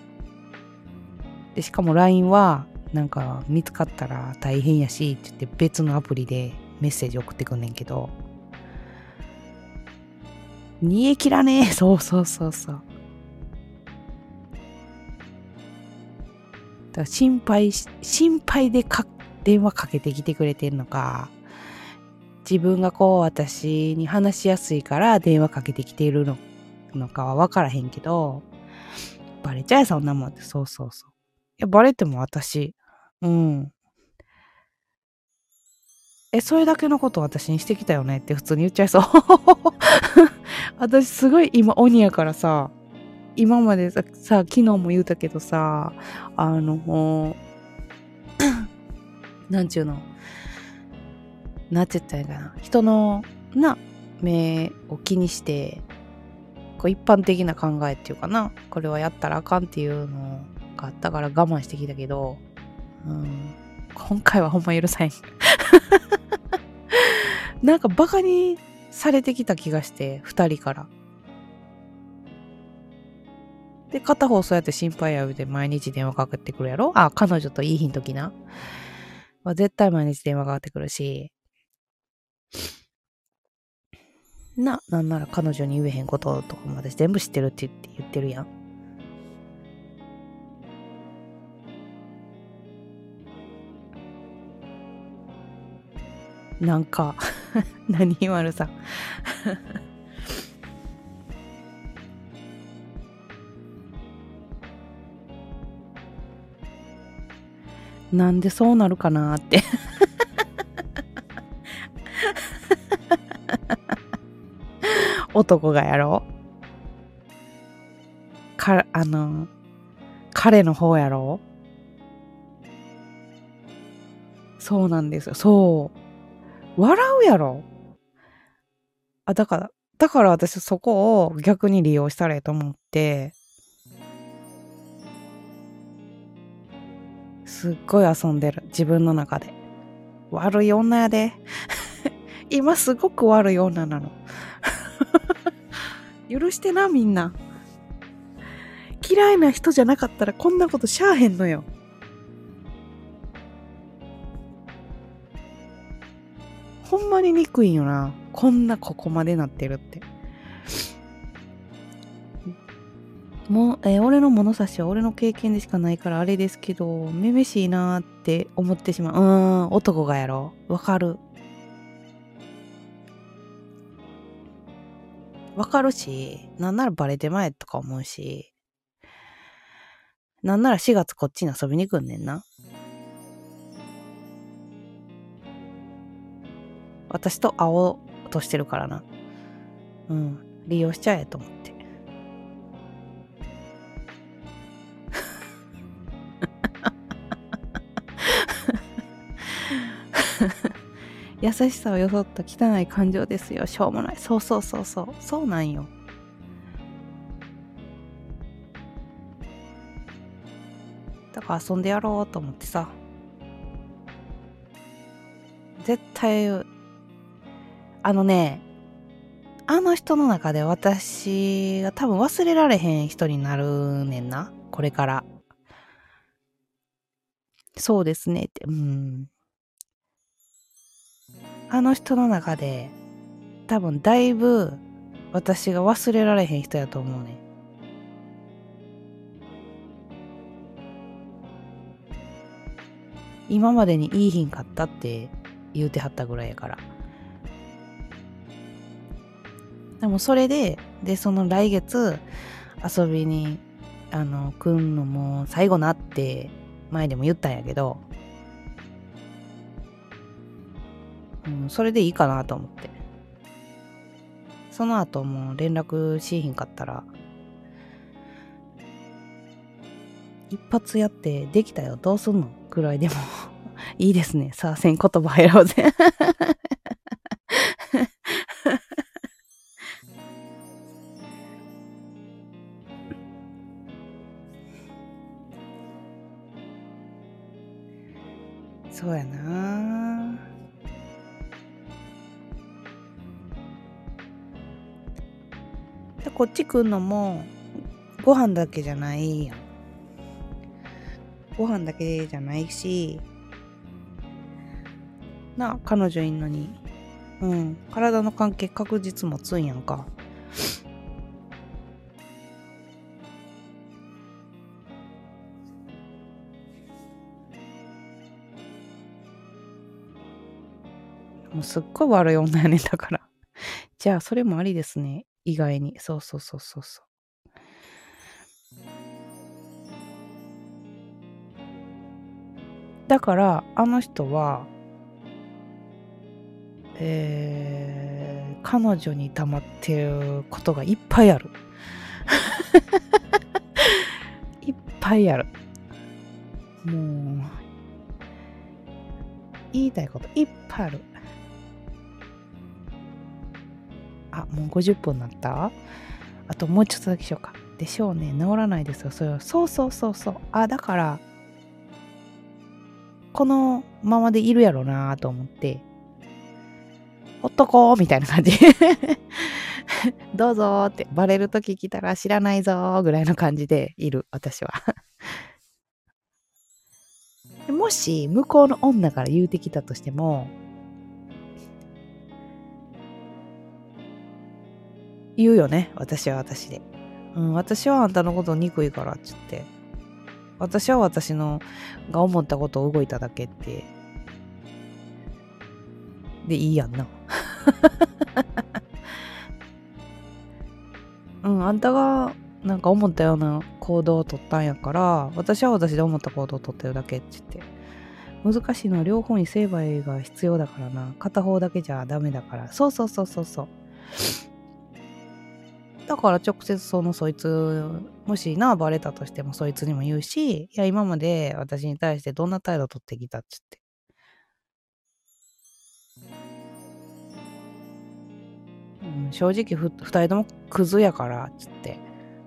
で、しかも ライン はなんか見つかったら大変やしって言って別のアプリでメッセージ送ってくんねんけど、煮え切らねえ。そうそうそうそう。だから心配し、心配でか電話かけてきてくれてんのか、自分がこう私に話しやすいから電話かけてきているのかは分からへんけど、バレちゃえそんなもんって。そうそうそう。 や、バレても私、うん。え、それだけのこと私にしてきたよねって普通に言っちゃいそう。私すごい今鬼やからさ、今までさ、さ昨日も言うたけどさ、あの、もう、なんちゅうの、なんて言ったらいいかな。人の、な、目を気にして、こう一般的な考えっていうかな、これはやったらあかんっていうのがあったから我慢してきたけど、うん、今回はほんま許さへん。なんかバカにされてきた気がして、二人から。で、片方そうやって心配やうで毎日電話かかってくるやろ。あ、彼女といい日の時な。は絶対毎日電話かかってくるし、な、なんなら彼女に言えへんこととかも私全部知ってるって言って言ってるやん。なんか、何今るさん。なんでそうなるかなって。男がやろか、あの、彼の方やろそうなんですよ。そう。笑うやろあ、だから、だから私そこを逆に利用したらええと思って、すっごい遊んでる。自分の中で。悪い女やで。今すごく悪い女なの。許してな、みんな。嫌いな人じゃなかったらこんなことしゃあへんのよ。ほんまに憎いんよな。こんなここまでなってるって。もう、えー俺の物差しは俺の経験でしかないからあれですけど、めめしいなーって思ってしまう。うーん、男がやろ。わかる。わかるし、なんならバレてまえとか思うし、なんならしがつこっちに遊びに来んねんな。私と会おうとしてるからな。うん。利用しちゃえと思って。優しさを装った汚い感情ですよ。しょうもない。そうそうそうそう。そうなんよ。だから遊んでやろうと思ってさ。絶対、あのね、あの人の中で私が多分忘れられへん人になるねんな。これから。そうですねって。うん。あの人の中で多分だいぶ私が忘れられへん人やと思うね。今までにいいひんかったって言うてはったぐらいやから。でもそれで、で、その来月遊びに、あの、来んのも最後なって前でも言ったんやけど、うん、それでいいかなと思って。その後もう連絡しひんかったら、一発やってできたよ、どうすんのくらいでもいいですね。さあ、せん言葉入ろうぜ。そうやなでこっち来んのもご飯だけじゃないやん。ご飯だけじゃないし、な、彼女いんのに、うん、体の関係確実持つんやんか。もうすっごい悪い女やねんだから。じゃあ、それもありですね。意外に。そうそうそうそうそう。 だからあの人はえー、彼女に溜まってることがいっぱいあるいっぱいある。もう言いたいこといっぱいある。あ、もうごじゅっぷんになった。あともうちょっとだけしようか。でしょうね。治らないですよ。それはそうそうそうそう。あ、だからこのままでいるやろなと思って、ほっとこうみたいな感じどうぞーってバレるとき来たら知らないぞーぐらいの感じでいる私はもし向こうの女から言うてきたとしても、言うよね。私は私で、うん、私はあんたのこと憎いからっつって、私は私のが思ったことを動いただけってでいいやんなうん、あんたがなんか思ったような行動を取ったんやから、私は私で思った行動を取ってるだけって言って。難しいのは両方に成敗が必要だからな。片方だけじゃダメだから。そうそうそうそうそう。だから直接そのそいつ、もしなバレたとしてもそいつにも言うし、いや今まで私に対してどんな態度取ってきたっつって。うん、正直ふ二人ともクズやからっつって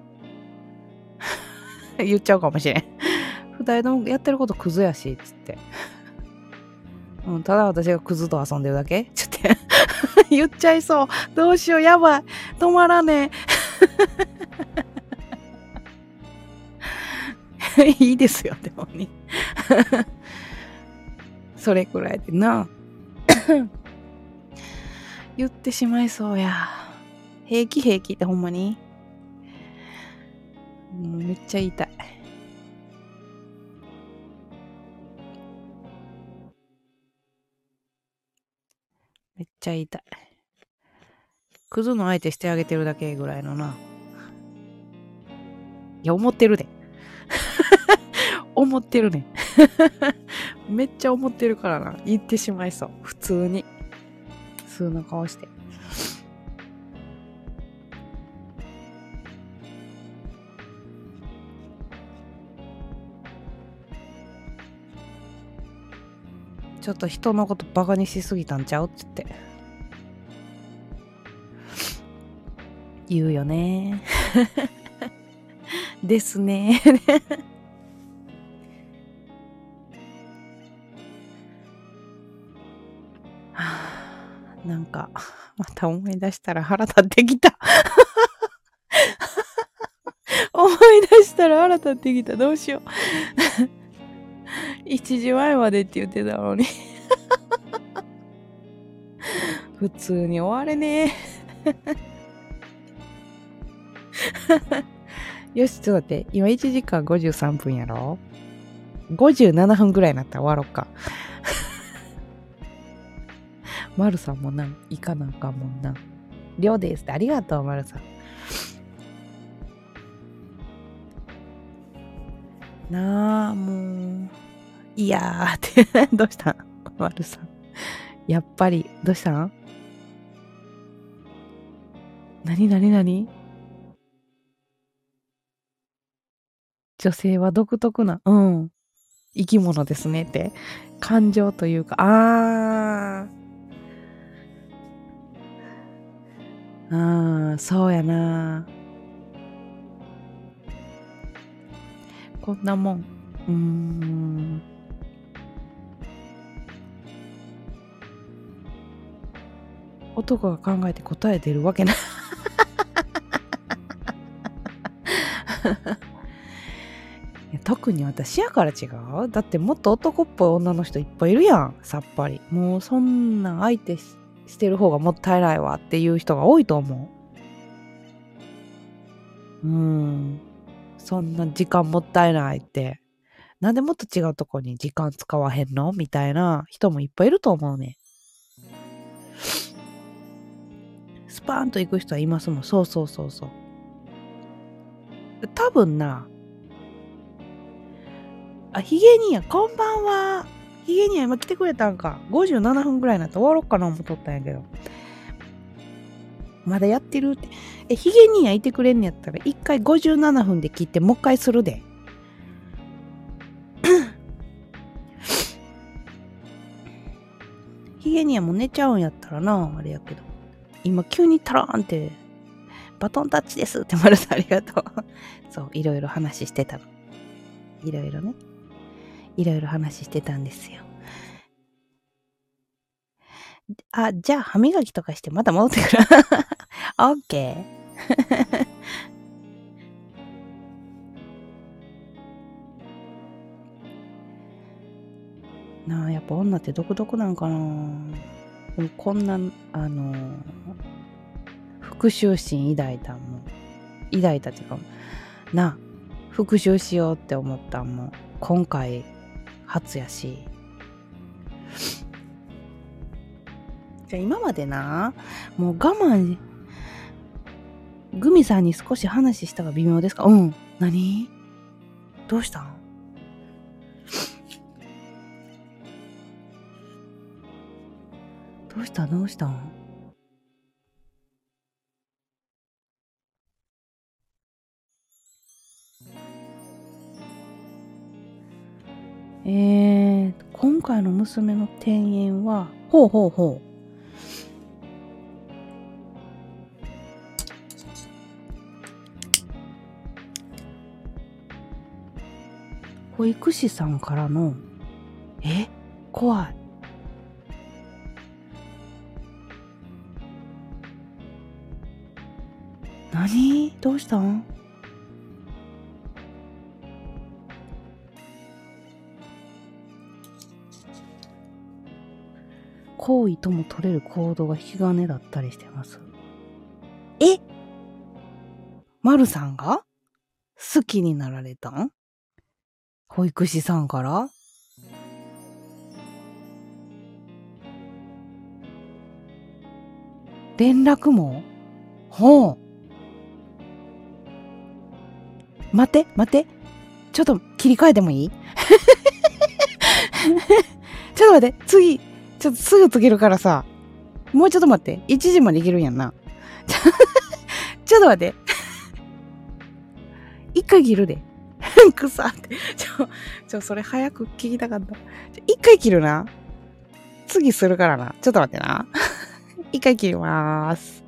言っちゃうかもしれん。二人ともやってることクズやしっつって。うん、ただ私がクズと遊んでるだけちょっと言っちゃいそう。どうしよう、やばい。止まらねえ。いいですよ、でもね。それくらいでな。言ってしまいそうや。平気平気ってほんまに。もうめっちゃ言いたい。めっちゃ言いたい。クズの相手してあげてるだけぐらいのな。いや、思ってるで。思ってるね。めっちゃ思ってるからな。言ってしまいそう。普通に。普通の顔して。ちょっと人のことバカにしすぎたんちゃうって言って。言うよね。ですね。なんかまた思い出したら腹立ってきた思い出したら腹立ってきた。どうしよういちじまえまでって言ってたのに普通に終われねえよし、ちょっと待って。今いちじかんごじゅうさんぷんやろ。ごじゅうななふんぐらいになったら終わろっか。まるさんもな、行かなあかんもんな。りょうですって。ありがとう、まるさん。なあ、もう。いやーって。どうしたんまるさん。やっぱり、どうしたんなになになに女性は独特な、うん。生き物ですねって。感情というか、あー。あー、そうやな。こんなもん。うーん。男が考えて答えてるわけないいや特に私やから違う。だってもっと男っぽい女の人いっぱいいるやん。さっぱり。もうそんなん相手 し, してる方がもったいないわっていう人が多いと思う。うん。そんな時間もったいないって。なんでもっと違うとこに時間使わへんのみたいな人もいっぱいいると思うね。スパーンと行く人はいますもん。そうそうそうそう。多分な、 あ、ヒゲ兄や、こんばんは。ヒゲ兄や、今来てくれたんか。ごじゅうななふんぐらいになって終わろっかな思っとったんやけど。まだやってるって。え、ヒゲ兄やいてくれんのやったら、一回ごじゅうななふんで切って、もう一回するで。ヒゲ兄やもう寝ちゃうんやったらな、あれやけど。今急にタラーンって、バトンタッチですって丸さんありがとう。そう、いろいろ話してたの。いろいろね。いろいろ話してたんですよ。あ、じゃあ歯磨きとかしてまた戻ってくる。オッケー。なあ、やっぱ女って独特なんかな。でもこんな、あのー、復讐心抱いたんも、抱いたっていうか、なあ、復讐しようって思ったんも、今回初やし。じゃあ今までな、もう我慢、グミさんに少し話したが微妙ですか？うん。何？どうしたん？どうしたどうしたん？えー、今回の娘の転園は、ほうほうほう。保育士さんからの、え？怖い。何？どうしたん？行為とも取れる行動が引き金だったりしてます。え？まるさんが好きになられたん？保育士さんから？連絡も？ほう。待って待って。ちょっと切り替えてもいい？ちょっと待って。次。ちょっとすぐつけるからさ。もうちょっと待って。いちじまでいけるんやんな。ちょっと待って。一回切るで。くさって。ちょ、ちょ、それ早く聞きたかった。一回切るな。次するからな。ちょっと待ってな。一回切りまーす。